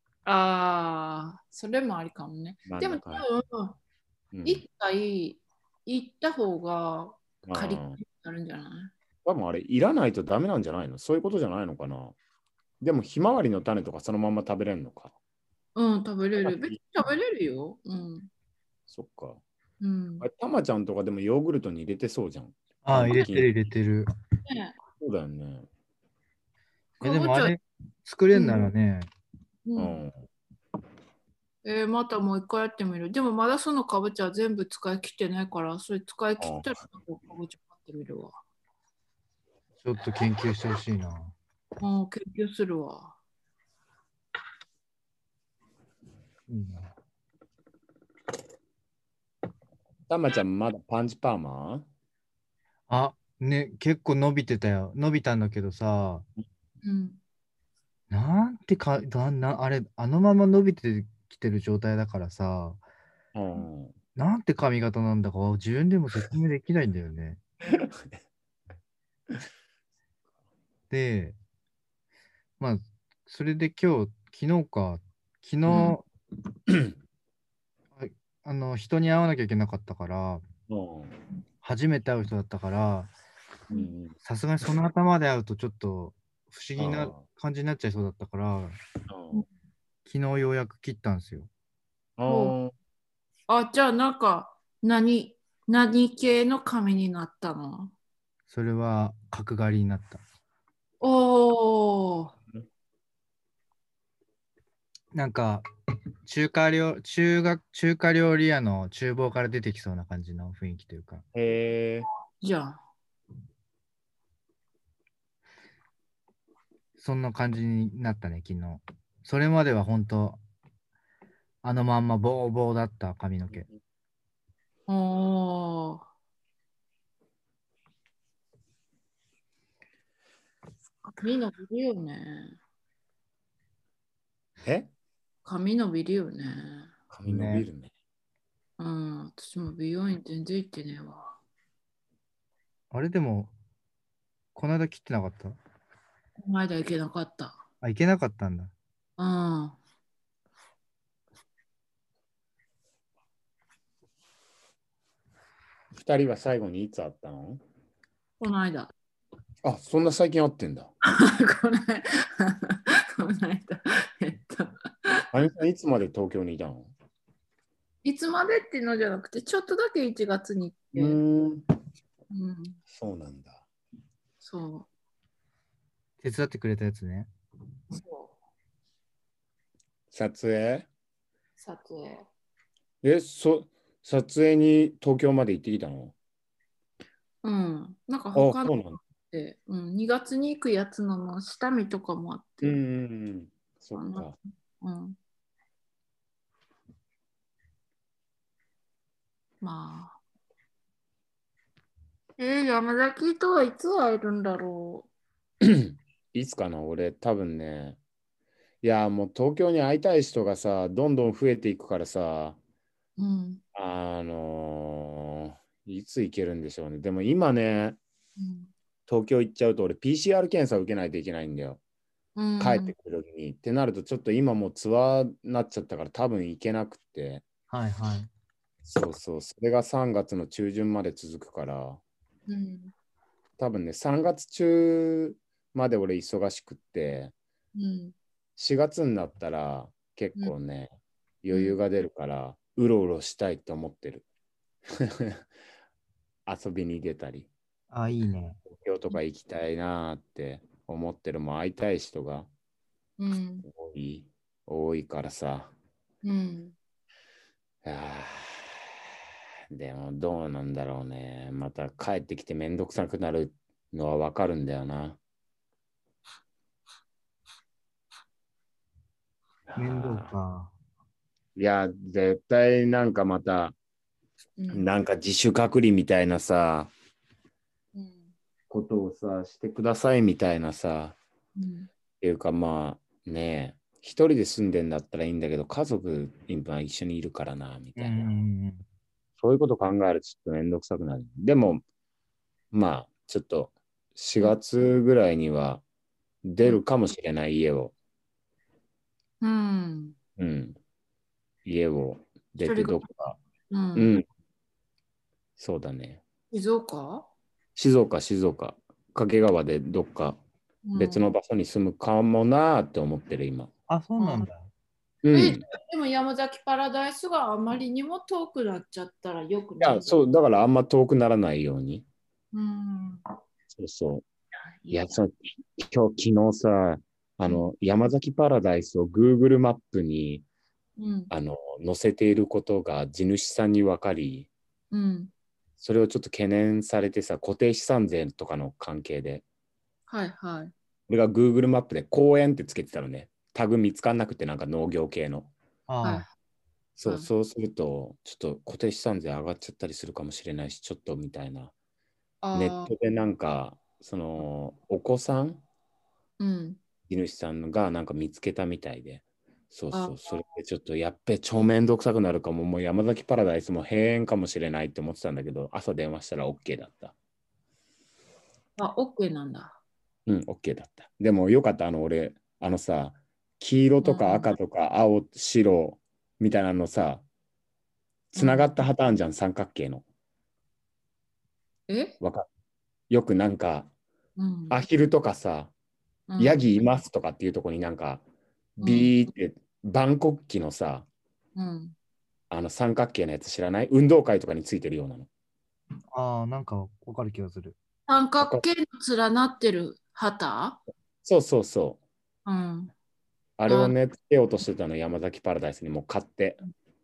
それもありかもね。でも真ん中に。 多分、 うん。 一回行った方がカリッああ。 となるんじゃない？ 多分あれ、いらないとダメなんじゃないの？そういうことじゃないのかな。でも、ひまわりの種とかそのまま食べれるのか。 うん、食べれる。別に食べれるよ。うん。 そっか。 うん。 あれ、たまちゃんとかでもヨーグルトに入れてそうじゃん。 あ、 パンプキン。 入れてる入れてる。 ね、 そうだよね。 え、 かぼちゃ、 でもあれ、作れんうん、 ならね、 うん。 うん。 またもう一回やってみる。でもまだそのかぼちゃは全部使い切ってないから、それ使い切ったらかあぼちゃ買ってみるわ。 ちょっと研究してほしいな。 うん、研究するわ。 いいな。 たまちゃんまだパンチパーマ？ あ、ね、結構伸びてたよ。伸びたんだけどさ、 うん。 なんてか、あれ、あのまま伸びてきてる状態だからさ、 うん。 なんて髪型なんだか自分でも説明できないんだよね。で、まあ、それで昨日か、昨うん。 日、人に会わなきゃいけなかったから、 うん。 初めて会う人だったから、 うん。 さすがにその頭で会うとちょっと不思議なあ感じになっちゃいそうだったから、 あ。 昨日ようやく切ったんですよ。 ほう。 ああ。 じゃあなんか、何系の髪になったの？ それは角刈りになった。 おー。 なんか、中華料理屋の厨房から出てきそうな感じの雰囲気というか、 へえ。 じゃあ。 そんな感じになったね、昨日。それまでは本当、あのまんまボーボーだった髪の毛。 おー。 髪伸びるよね。 え髪伸びるよね。 髪伸びるね。 うん、私も美容院全然行ってねえわ。 あれでも、この間切ってなかった？ この間行けなかった。 あ、行けなかったんだ。 うん。 二人は最後にいつ会ったの？ この間。 あ、そんな最近会ってんだ。 この間。この間。 あゆみさんいつまで東京にいたの？ いつまでっていうのじゃなくて、ちょっとだけ1月に行って。 ん。 うん。 そうなんだ。 そ手伝ってくれたやつね。 う。そう。 撮影撮影。 撮影に東京まで行ってきたの？ うん。なんかあ、 他のそうなんだ。 で、うん、2月に行くやつの下見とかもあって。 そっか。 うん。まあ。山崎とはいつ会えるんだろいつかな、俺、多分ね。いや、もう東京に会いたい人がさ、どんどん増えていくからさ、 う。うん。 いつ行けるんでしょうね。でも今ね、 うん東京行っちゃうと俺 PCR 検査を受けないといけないんだよ。 うん。 帰ってくる時に。ってなるとちょっと今もうツアーになっちゃったから多分行けなくて。 はいはい。 そうそう。それが3月の中旬まで続くから、 うん。 多分ね、3月中まで俺忙しくって、 うん。 4月になったら結構ね、余裕が出るから、うろうろしたいと思ってる。遊びに出たり、 あ、いいね。 東京とか行きたいなーって思ってる。もう会いたい人がうん。 多いからさ。 うん。 でもどうなんだろうね。また帰ってきてめんどくさくなるのはわかるんだよな。 面倒か。 いや、絶対なんかまた、なんか自主隔離みたいなさ、ことをさ、してくださいみたいなさ、っていうかまあねえ、一人で住んでんだったらいいんだけど、家族今一緒にいるからな、みたいな。そういうこと考えるとちょっとめんどくさくなる。でも、まあ、ちょっと4月ぐらいには出るかもしれない家を。 うん。 うん。家を出てどっか。 うん。 うん。そうだね。 静岡。 静岡。掛川でどっか別の場所に住むかもなーって思ってる今。 あ、そうなんだ。 うん。 でも山崎パラダイスがあまりにも遠くなっちゃったらよくいや、 ない。 そう、だからあんま遠くならないように。 うん。 そうそう。いや、今日、昨日さ、山崎パラダイスを Google マップに、載せていることが地主さんに分かり、それをちょっと懸念されてさ、固定資産税とかの関係で、 はいはい。 俺が Google マップで公園ってつけてたのね。タグ見つかんなくて、なんか農業系の。 ああ。 そう、そうすると、ちょっと固定資産税上がっちゃったりするかもしれないし、ちょっとみたいな。ネットでなんか、お子さん、地主さんがなんか見つけたみたいで、そうそう、それでちょっとやっべ、超めんどくさくなるかも、もう山崎パラダイスも閉園かもしれないって思ってたんだけど、朝電話したら OK だった。 OK なんだ。 うん、OK だった。でもよかった、俺、さ、黄色とか赤とか青、白みたいなのさ、つながった旗あんじゃん、三角形の。わかる。よくなんか、アヒルとかさ、ヤギいますとかっていうとこになんか、ビーって万国旗のさ、三角形のやつ知らない？運動会とかについてるようなの。 ああ、なんかわかる気がする。 三角形の連なってる旗。 そうそうそう。 うん。 あれをね、つけようとしてたの、山崎パラダイスにも買って。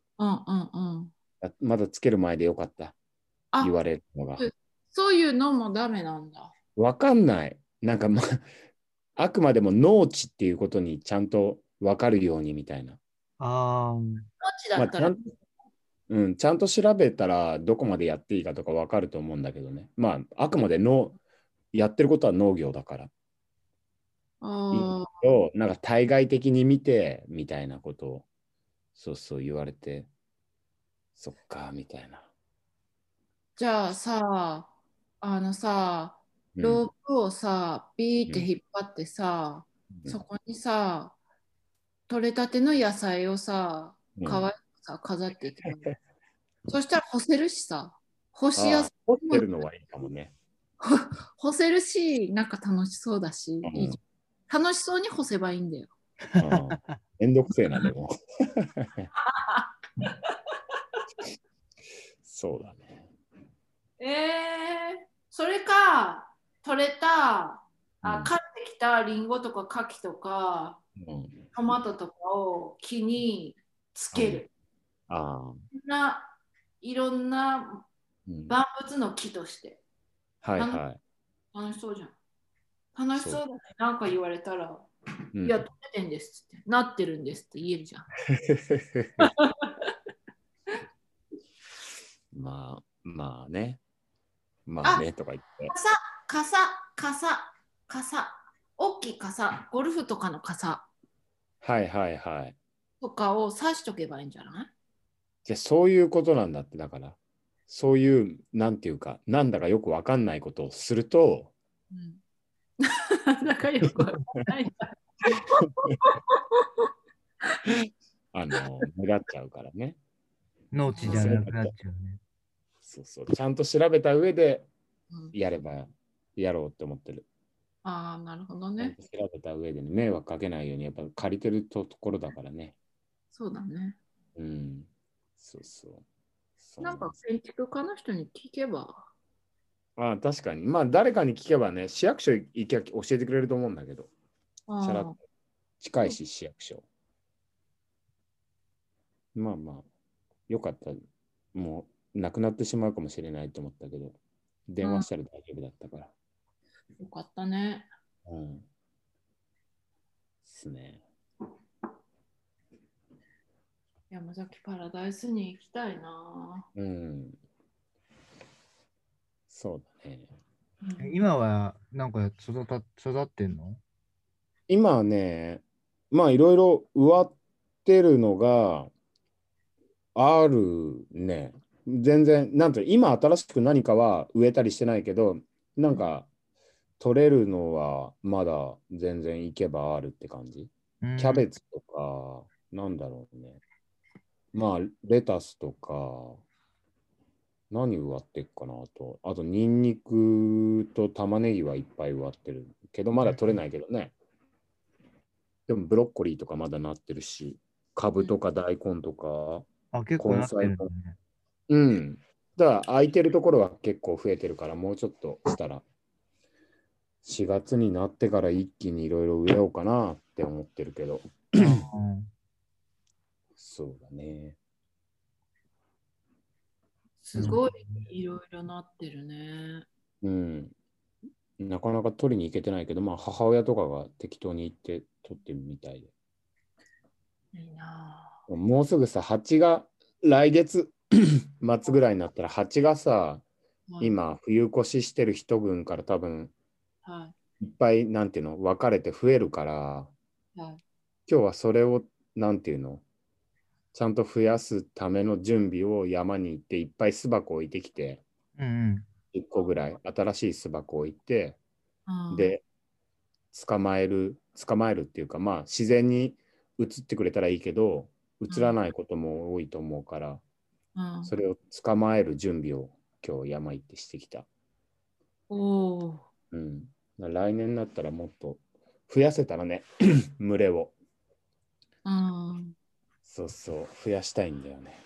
まだつける前でよかった。言われるのが。 そういうのもダメなんだ。 わかんない。なんか、あくまでも農地っていうことにちゃんとわかるようにみたいな。 ああ。 農地だったら、 ちゃんと調べたらどこまでやっていいかとかわかると思うんだけどね。まあ、あくまでやってることは農業だから。 いいああ、 と、なんか対外的に見てみたいなことをそうそう言われて、そっかみたいな。 じゃあさ、あのさ、 うん。 ロープをさ、ビーってうん。 引っ張ってさ、 うん。 そこにさ、取れたての野菜をさ、 うん。 可愛くさ、飾っていけばいい。そしたら干せるしさ、干し野ああ、 菜凝ってもるのはいいかもね。 干せるし、なんか楽しそうだし、 うん。 いいじゃん。楽しそうに干せばいいんだよ。 うん。めんどくせえな、でも。そうだね。 それか、取れた、 うん。 買ってきたリンゴとか柿とか、 うん。 トマトとかを木につうん。 ける。 ああ。 いろんなうん。 万物の木として。楽はいはい。 楽しそうじゃん。楽しそう。 そうだね。なんか言われたら、いや、 うん。 取れてんですって。なってるんですって言えるじゃん。 まあ、まあね。まああ、 ね、とか言って。 傘、傘、傘、傘。大きい傘、ゴルフとかの傘はいはいはい。 とかを刺しとけばいいんじゃない？ じゃあそういうことなんだって、だから、そういう、なんていうか、なんだかよくわかんないことをすると、 うん。なんかよくわかんない。 目立っちゃうからね。 農地じゃそういうのなくなっちゃうね。 そうそう。ちゃんと調べた上でうん、 やれば、やろうって思ってる。 ああ、なるほどね。 ちゃんと調べた上で、ね、迷惑かけないように、やっぱ借りてるところだからね。 そうだね。 うん。そうそう。そうなんかなんです。 建築家の人に聞けば。 ああ、確かに。まあ、誰かに聞けばね、市役所行きゃ教えてくれると思うんだけど、チャラッとああ、そう。 近いし、市役所。まあまあ、よかった。もう、なくなってしまうかもしれないと思ったけど、 うん、 電話したら大丈夫だったから。 よかったね。 うん。ですね。 山崎パラダイスに行きたいな。 うん。そうだね。 うん、 今はなんか育ってんの？ 今はね、まあいろいろ植わってるのがあるね。全然、なんと今新しく何かは植えたりしてないけど、なんか取れるのはまだ全然いけばあるって感じ。 うん。 キャベツとか、なんだろうね。まあレタスとか、何植わってっかなと。あとニンニクと玉ねぎはいっぱい植わってるけど、まだ取れないけどね。でもブロッコリーとかまだなってるし、カうん、 ブとか大根とか、 あ、結構なって根菜も。 るんだね。 うん。だから空いてるところは結構増えてるから、もうちょっとしたら、4月になってから一気にいろいろ植えようかなって思ってるけど、 ああ、 そうだね。 なるほど。 すごいいろいろなってるね。 うん。なかなか取りに行けてないけど、まあ母親とかが適当に行って取ってるみたいで。 いいなもうすぐさ、蜂が来月末ぐらいになったら、蜂がさ、 ぁ。はい。 今、冬越ししてる人群から多分、 はいいっぱい、なんていうの、分かれて増えるから、 はい。 今日はそれを、なんていうの、ちゃんと増やすための準備を山に行って、いっぱい巣箱置いてきて、 うん 1個ぐらい新しい巣箱置いて、 うん。 で、捕まえるっていうか、まあ、自然に移ってくれたらいいけど、移らないことも多いと思うから、 うん。 それを捕まえる準備を今日山行ってしてきた。 おお。 うん。来年になったらもっと増やせたらね、群れを。 うん。 そうそう、増やしたいんだよね。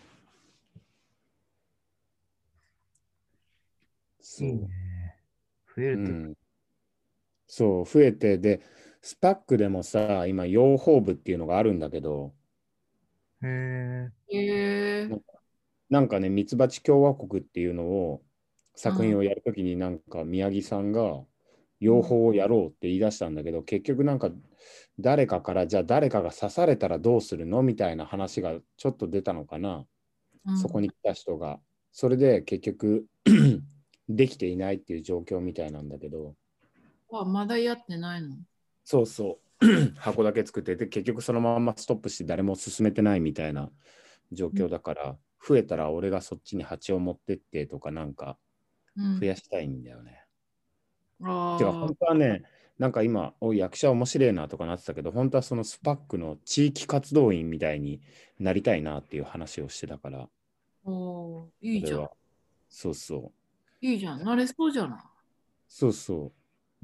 いいそね。増えう。 ると。 うん。そう、増えて、で、スパックでもさ、今、養蜂部っていうのがあるんだけど、 へえ。 へえ。 なんかなんかね、ミツバチ共和国っていうのを、 うん。 作品をやるときになんか宮城さんが養蜂うん。 をやろうって言い出したんだけど、結局なんか誰かからじゃあ誰かが刺されたらどうするのみたいな話がちょっと出たのかな。 うん。 そこに来た人が。それで結局できていないっていう状況みたいなんだけど、 あ、まだやってないの？ そうそう。箱だけ作ってて、結局そのままストップして誰も進めてないみたいな状況だから、増えたら俺がそっちに蜂を持ってってとかなんかうん。 増やしたいんだよね。てか、 あ本当はね、なんか今、おい役者面白いなとかなってたけど、本当はそのスパックの地域活動員みたいになりたいなっていう話をしてたから、 あ、いいじゃん。 それは。そうそう。 いいじゃん。慣れそうじゃない。 そうそう。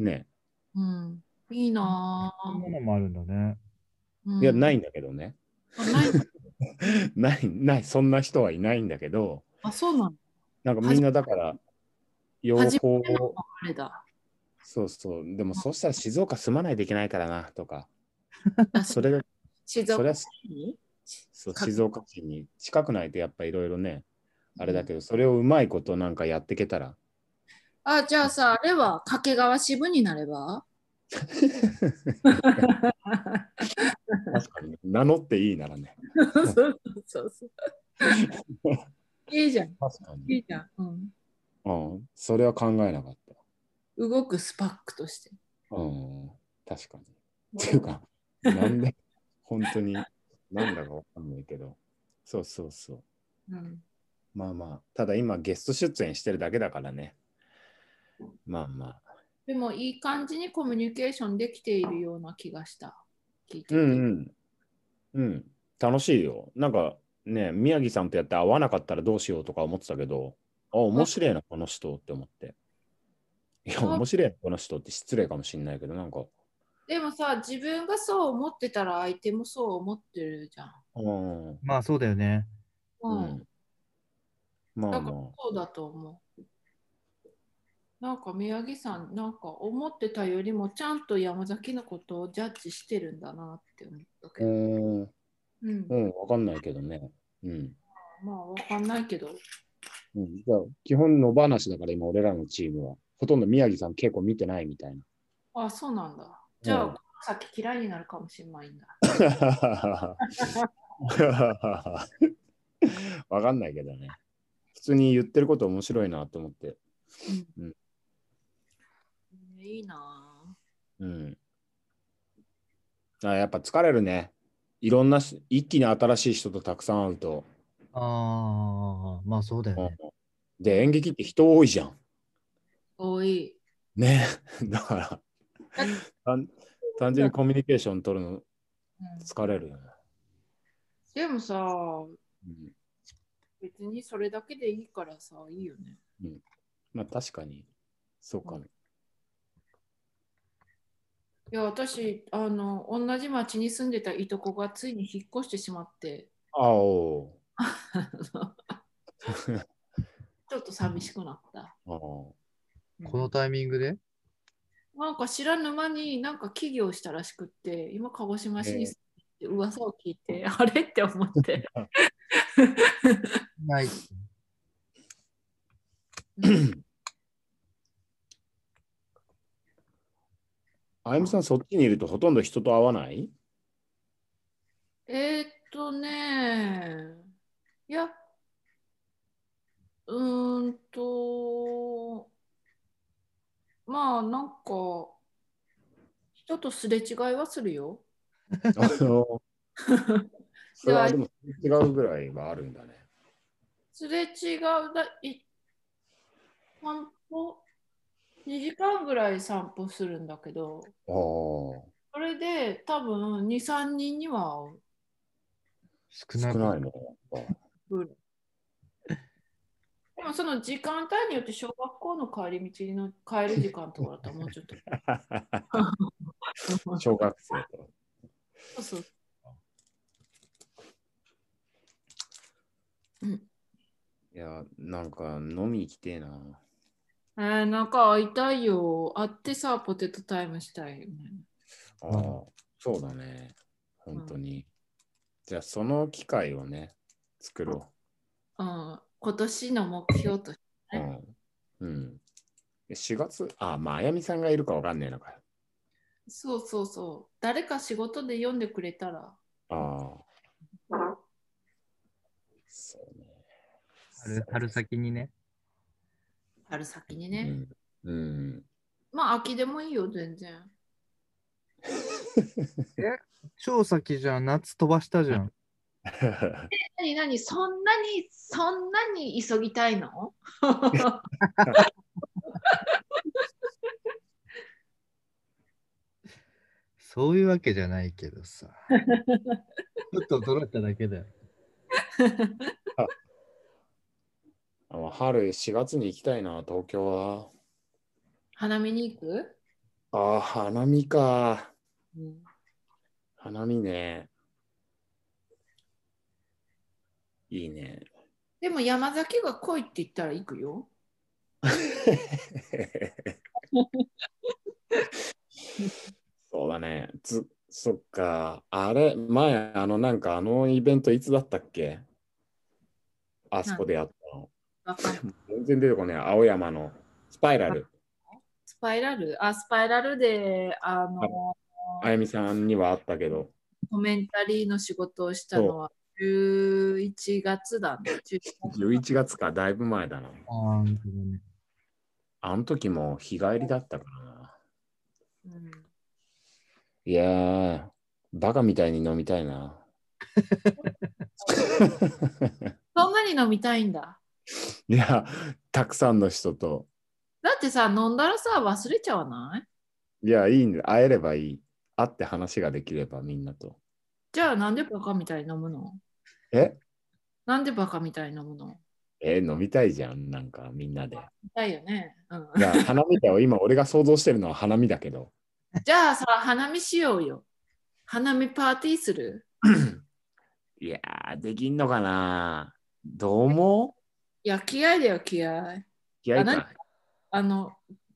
ね。 うん。いいなそんなぁ。 のもあるんだね。 いや、 うん。 ないんだけどね。 ない。 そんな人はいないんだけど、 あ、そうなの。 なんかみんなだから、養初めての蜂、 あれだ。 そうそう。でもそうしたら静岡住まないといけないからなとか、 あ、 それが、 静岡それはにそうか静岡市に近くないとやっぱいろいろね、あれだうんけど、それをうまいことなんかやっていけたら。 あ、じゃあさ、あれは掛川支部になれば確かに、名乗っていいならね。 そうそうそう。いいじゃん。 確かに。 いいじゃん。うん。 うん、それは考えなかっ動くスパックとして。 た。うん、確かに。っていうか、なんで、本当に、なんだかわかんないけど、そうそうそう。 うん。 まあまあ、ただ今ゲスト出演してるだけだからね。まあまあ。 でもいい感じにコミュニケーションできているような気がした。聞いてうて。 んうん。うん。楽しいよ。なんかね、宮城さんとやって会わなかったらどうしようとか思ってたけど、あ、面白いな、この人って思って。いや、 あ面白いな、この人って失礼かもしれないけど、なんか、 でもさ、自分がそう思ってたら相手もそう思ってるじゃん。 うん、 まあそうだよね。 うん。 うん。まあだからまそうだと思う。なんか宮城さん、なんか思ってたよりもちゃんと山崎のことをジャッジしてるんだなって思ったあ。うけど。 ん、 うん。 うん、わかんないけどね。うん。 まあ、わかんないけど。 うん、じゃあ基本の話だから今、俺らのチームは。ほとんど宮城さん結構見てないみたいな。 あ、そうなんだ。じゃあ、 うん。 さっき嫌いになるかもしれないんだ。 わかんないけどね。普通に言ってること面白いなと思って。 うん。 うん。 いいなうん。やっぱ疲れるね。いろんな一気に新しい人とたくさん会うと。 ああ、まあそうだようん、 ね。 ぁ。うで、演ん。 劇って人多いじゃん。 多い。 ね。だからだ単、単純にコミュニケーション取るのうん、 疲れるよね。 でもさ、 うん。 別にそれだけでいいからさ、いいよね。 うん、まあ確かに。そうかも。 うん、いや、私、同じ町に住んでたいとこがついに引っ越してしまって、 あおちょっと寂しくなった。 あー。 うん、 このタイミングでなんか知らぬ間になんか起業したらしくって、今、鹿児島市に住んでて噂を聞いて、あれって思って。 ない。 うん、 あゆみさん、そっちにいるとほとんど人と会わない？ いや、うーんと、まあ、なんか、人とすれ違いはするよ。 あの、そでは、 れはでも違うぐらいはあるんだね。 すれ違う散歩、2時間ぐらい散歩するんだけど、 ああ、 それで多分2、3人には会少なく。 少ないの。やっぱう。でもその時間帯によって小学校の帰り道の帰る時間とかだったらもうちょっと。 小学生と。 そうそう。うん、 いや、なんか飲み行きてえな。 なんか会いたいよ。会ってさ、ポテトタイムしたいよね。 ああ、 うん、 そうだね。 うん、 本当に。じゃあ、その機会をね、作ろうん、今年の目標としてう。うね。 ん。うん。4月、まあ、あやみさんがいるかわかんねえのかよ。 そうそうそう。誰か仕事で読んでくれたら。 ああ、そうね。 春先にね。 春先にね。 うん。うん。 まあ、秋でもいいよ、全然。 超先じゃん。夏飛ばしたじゃん。 何そんなに急ぎたいの？ そういうわけじゃないけどさ。ちょっと驚いただけだよ。 春4月に行きたいな、東京は。 花見に行く？ ああ、花見か。 うん、 花見ね。いいね。 でも山崎が来いって言ったら行くよ。 そうだね。そっか。あれ、前、なんかあのイベントいつだったっけ？あそこでやったの。 わかんない。 全然出てこない。青山のスパイラル。 スパイラルスパイラルで、 あやみさんにはあったけど。 コメンタリーの仕事をしたのそは11月だね。 う。11月か、だいぶ前だな。 ああ、本当だね。 あの時も日帰りだったからな。 うん、 いやー、バカみたいに飲みたいな。 そんなに飲みたいんだ。 いや、たくさんの人と。 だってさ、飲んだらさ、忘れちゃわない？ いや、いいんだ。会えればいい。会って話ができればみんなと。 じゃあなんでバカみたいに飲むの？ えなんでバカみたいに飲むの？ 飲みたいじゃん。なんかみんなで。 飲みたいよね。うん、 いや、花見だよ。今、俺が想像してるのは花見だけど。 じゃあさ、花見しようよ。花見パーティーする？ いやー、できんのかな。どう思う？ いや、気合だよ、気合。何気合いか。 あの、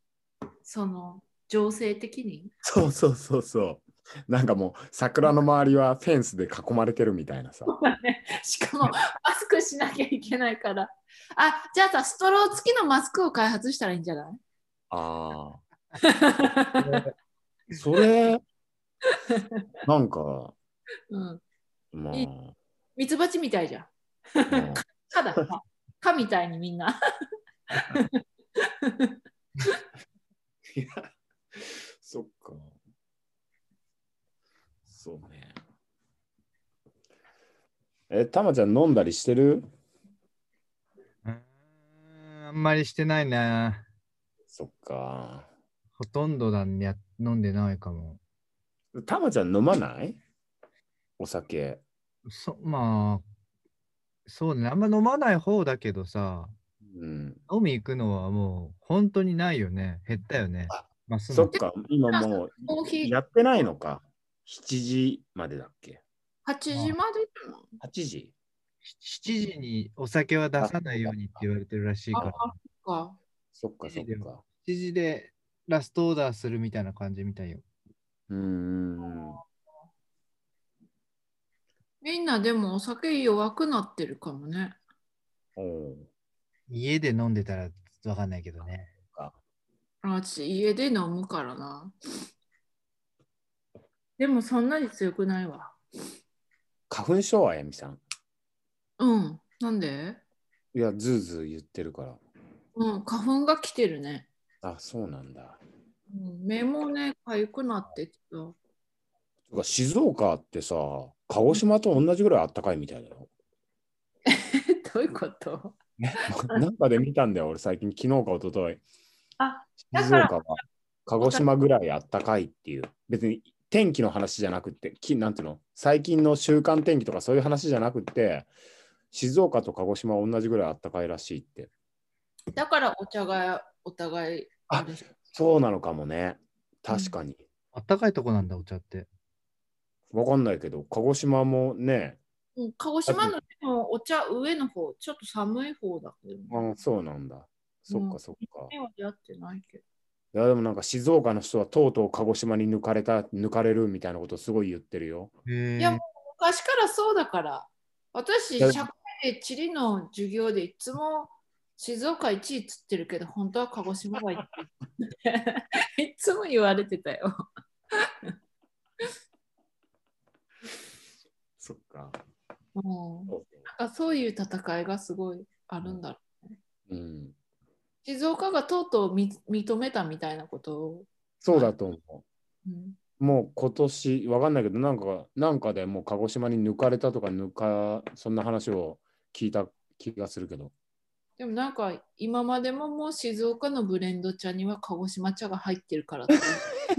情勢的に。 そうそうそうそう。なんかもう、桜の周りはフェンスで囲まれてるみたいなさ。 しかも、マスクしなきゃいけないから。じゃあさ、ストロー付きのマスクを開発したらいいんじゃない？ ああ。それ、なんか、 うん、 まいい。 あ、 ミツバチみたいじゃん。 まあ、 かだ。かみたいにみんな。 いや、そっか。そうね。たまちゃん飲んだりしてる？ あんまりしてないな。 そっか。 ほとんど飲んでないかも。 たまちゃん飲まない？お酒。 まあ、そうね。あんま飲まない方だけどさ、 うん。 飲み行くのはもう本当にないよね。減ったよね。 あ、 ますます。 そっか。今もうコーヒーやってないのか。7時までだっけ？ 8時までじゃん。 8 時。 7時にお酒は出あ、 さないようにって言われてるらしいから、 そっか。 そっか 7時でそっか。 7時でラストオーダーするみたいな感じみたいよ。 うーん。 みんなでもお酒弱くなってるかもね。 おう家で飲んでたらわかんないけどね。 か。 私、家で飲むからな。でもそんなに強くないわ。 花粉症あやみさん。 うん。なんで？ いや、ずーずー言ってるから。 うん、花粉が来てるね。 あ、そうなんだ。 うん、目もね、痒くなってきた。 とか静岡ってさ、鹿児島と同じぐらいあったかいみたいだよ。 どういうこと？ なんかで見たんだよ、俺最近、昨日か一昨日。 だから、 静岡は鹿児島ぐらいあったかいっていう。別に天気の話じゃなくて、なんていうの、最近の週間天気とかそういう話じゃなくて、静岡と鹿児島は同じぐらいあったかいらしいって。 だからお茶がお互いあれ。 そうなのかもね。確かに。 あったかいとこなんだ、お茶って。 わかんないけど、鹿児島もね、 うん、鹿児島のでもお茶上の方、ちょっと寒い方だけどね。 そうなんだ。そっかそっか。 目は出会ってないけど。 いやでもなんか静岡の人はとうとう鹿児島に抜かれるみたいなことすごい言ってるよ。 いや、もうへえ。 昔からそうだから。私、 いや社会で地理の授業でいつも静岡1位っつってるけど、本当は鹿児島が1位っていつも言われてたよ。 そっか。 うん、なんかそういう戦いがすごいあるんだろうね。 うん。 静岡がとうとう認めたみたいなことを、 そうだと思うん、 もう今年、わかんないけど、なんかでもう鹿児島に抜かれたとかそんな話を聞いた気がするけど。 でもなんか今までももう静岡のブレンド茶には鹿児島茶が入ってるからって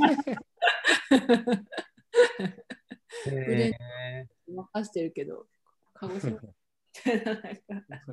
ブレンへド任せてるけど、鹿児島茶じゃないから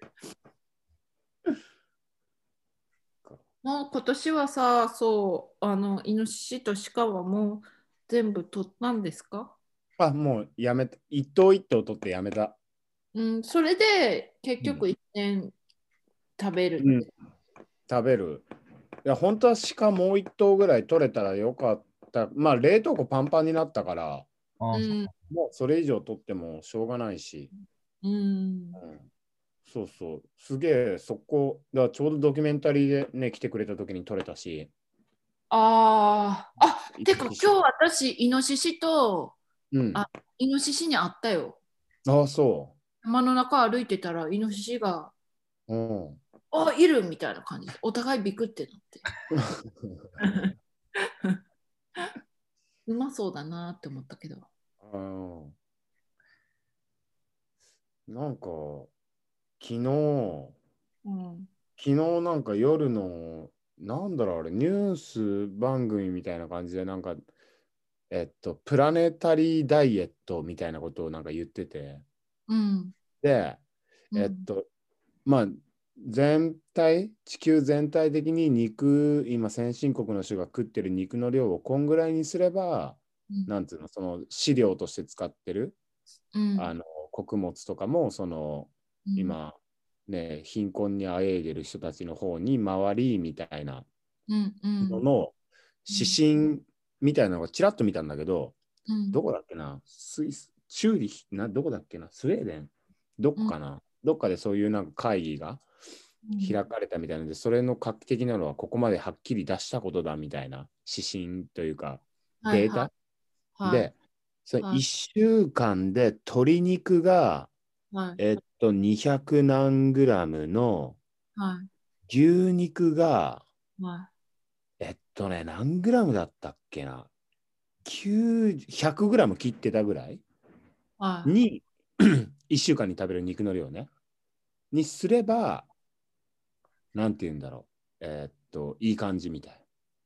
もう今年はさ、そう、イノシシとシカはもう全部取ったんですか？ あ、もうやめた。一頭一頭取ってやめた。 うん、それで結うん。 局1年食べるうん、 って。 食べる。いや、本当は鹿もう一頭ぐらい取れたらよかった。まあ、冷凍庫パンパンになったから、 あ、そうん、 もうそれ以上取ってもしょうがないし。 うん。 うん、そうそう。すげえ、そこ、だからちょうどドキュメンタリーでね、来てくれた時に撮れたし。 てか今日私、イノシシと、 うん。 あ、イノシシに会ったよ。 ああ、そ山の中歩いてたら、イノシシが、 う。うん。 いるみたいな感じで、お互いビクってなって。うまそうだなって思ったけど。 うん、なんか、昨日、 うん。 昨日なんか夜の、なんだろう、あれ、ニュース番組みたいな感じで、なんか、プラネタリーダイエットみたいなことをなんか言ってて、 うん。 で、 うん。 えっと、まあ、地球全体的に今先進国の人が食ってる肉の量をこんぐらいにすれば、 うんなんつうの、その飼料として使ってる、 うん穀物とかも、 うん今、ね、貧困にあえいでる人たちの方に回りみたいなうんうんのの指針みたいなのがちらっと見たんだけど、 うんどこだっけな、スイス、チューリヒ、どこだっけな、スウェーデン、どこかな、どっかでそういうなんか会議が開かれたみたいなので、それの画期的なのはここまではっきり出したことだみたいな指針というか、 はいはいデータはいで、そのはい 1週間で鶏肉が、 はい 200何グラムのはい牛肉が、 は何グラムだったっけな、100グラム切ってたぐらいいに、1週間に食べる肉の量ね、にすれば、なんて言うんだろう。いい感じみたい。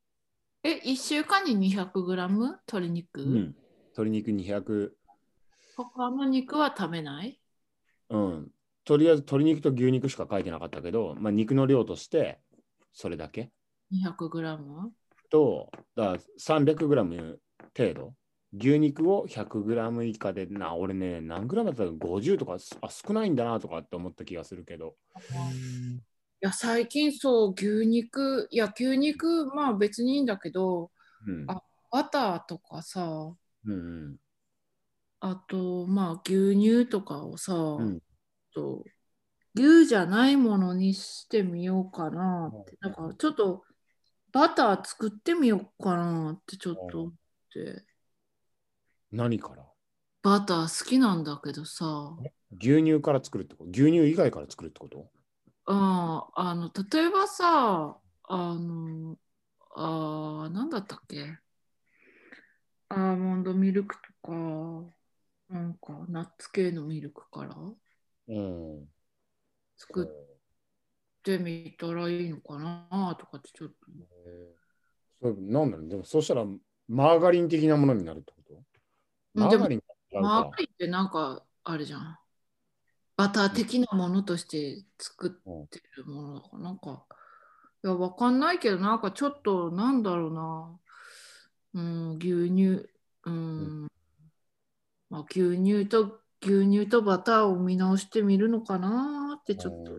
1週間に 200g 鶏肉？ うん。鶏肉200、 他の肉は食べない？ うん。とりあえず鶏肉と牛肉しか書いてなかったけど、まあ、肉の量としてそれだけ 200g？ と、だから300グラム程度。牛肉を100グラム以下で俺ね、何グラムだったら50とか、少ないんだなとかって思った気がするけど。 う。 いや、最近そう、牛肉、まあ別にいいんだけど、 うん。 バターとかさ、 うん。 あと、まあ牛乳とかをさ、 うん。 と牛じゃないものにしてみようかなって、だからちょっとバター作ってみようかなってちょっと思って、 何から？ バター好きなんだけどさ、 牛乳から作るってこと？牛乳以外から作るってこと？ 例えばさ、なんだったっけ、アーモンドミルクとか、なんかナッツ系のミルクからうん。 作ってみたらいいのかなとかってちょっと。 なんだろう、でもそうしたらマーガリン的なものになるってこと？ でも、 マーガリンと違うか。 マーガリンってなんかあれじゃん。バター的なものとして作うんってるものだから、なんか、いや、わかんないけど、なんかちょっと、なんだろうな。うん、牛乳、ううん。 ん、まあ、牛乳とバターを見直してみるのかなってちょっと。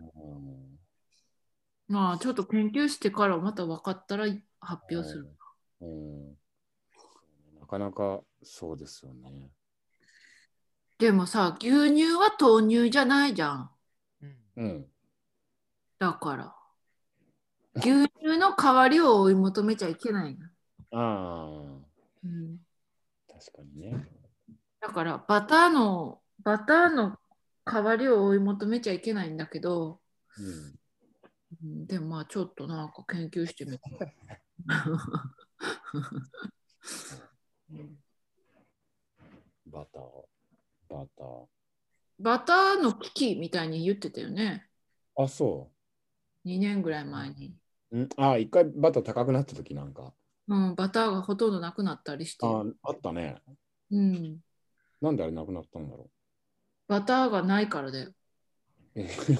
まあ、ちょっと研究してからまた分かったら発表する。 うん。なかなかそうですよね。 でもさ、牛乳は豆乳じゃないじゃん。 うん。 だから、牛乳の代わりを追い求めちゃいけないな。 ああ、 うん、 確かにね。 だから、バターの代わりを追い求めちゃいけないんだけど、 うん。 でもまあちょっとなんか研究してみた。 うんバター、バター。 バターの危機みたいに言ってたよね。 あ、そ 2年ぐらい前に。 う。一回バター高くなった時なんか。 うん、バターがほとんどなくなったりして。 あったね。 うん。 なんであれなくなったんだろバターがないからだよ。 う。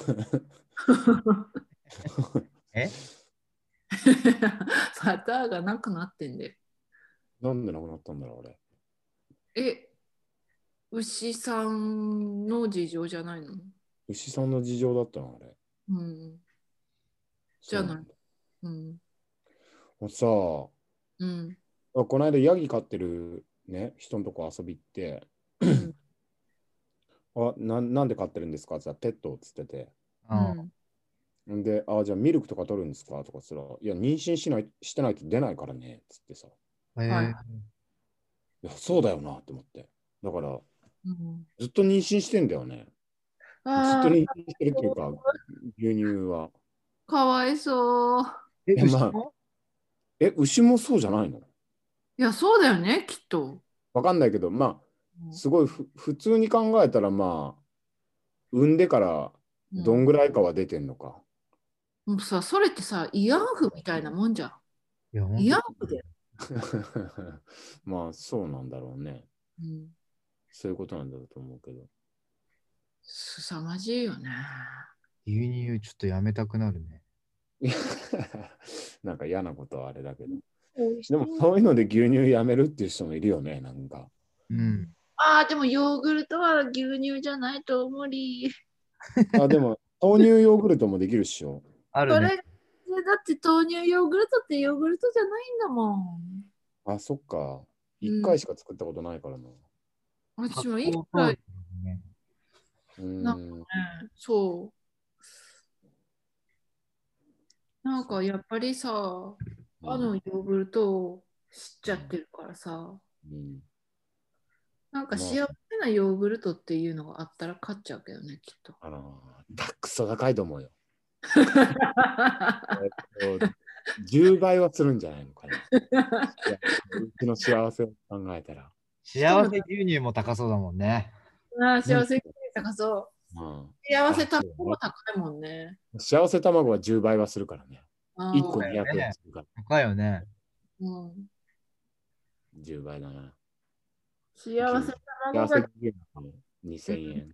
えバターがなくなってんだよ。 なんでなくなったんだろう、あれ。 え、牛さんの事情じゃないの？ 牛さんの事情だったの、あれ。 うん。じゃない。 そうなんだ。 うん。 さうん。 あ、この間ヤギ飼ってるね、人のとこ遊び行って、 うん。 なんで飼ってるんですかって言ったら、ペットっつってて。 うん。 んで、じゃあミルクとか取るんですかとかすら、いや、妊娠してないと出ないからね、つってさ。 はい。 いや、そうだよなって思って。だから、 うん、 ずっと妊娠してんだよね。ずっとあ妊娠してるっていうか、 あ、 牛乳は。 かわいそう。 え、 まあ、 牛も牛もそうじゃないの？ いや、そうだよね、きっと。 わかんないけど、すごい普通に考えたら、産んでからどんうん。 ぐらいかは出てんのか。 もうさ、それってさ、慰安婦みたいなもんじゃん。 いや、ほん慰と安婦で。 まあ、そうなんだろうね。 うん。 そういうことなんだろうと思うけど。 凄まじいよね。 牛乳ちょっとやめたくなるね。 なんか嫌なことはあれだけど。 美味しい。 でも、そういうので牛乳やめるっていう人もいるよね、なんか。 うん。 ああ、でもヨーグルトは牛乳じゃないと無理。 でも、豆乳ヨーグルトもできるっしょ。 あるね。 それ、だって豆乳ヨーグルトってヨーグルトじゃないんだもん。 そっか。 う一回ん。 しか作ったことないからな。 私も一発酵パウ回、 ダーね。 うなんかーん。 ね、そう。なんかやっぱりさ、あのヨーグルトを知っちゃってるからさ、 うん。 なんかま幸せなヨーグルトっていうのがあったら買っちゃうけどね、きっと。 クソ高いと思うよ。えっと、10倍はするんじゃないのかな。いや、うちの幸せを考えたら。 しかも、 幸せ牛乳も高そうだもんね。 なん幸せ高そう。 うん、 幸せそうね。 卵も高いもんね。 幸せ卵は10倍はするからね。1個ああ、 だよ 200円ね。 するから。 高いよね。 うん。 10倍だな。 幸せ卵が。 幸せ牛乳も2000円。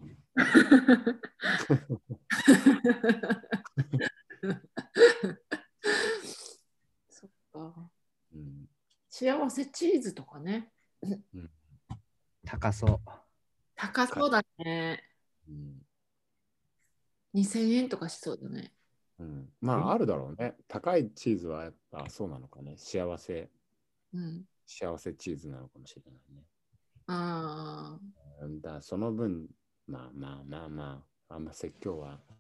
そっか。 うん。 幸せチーズとかね。 うん。 高そう。 高そうだね。 うん。 2000円とかしそうだね。 うん、あるだろうね。高いチーズはやっぱそうなのかね。 うん。 幸せチーズなのかもしれないね。 ああ。 その分、あんま説教は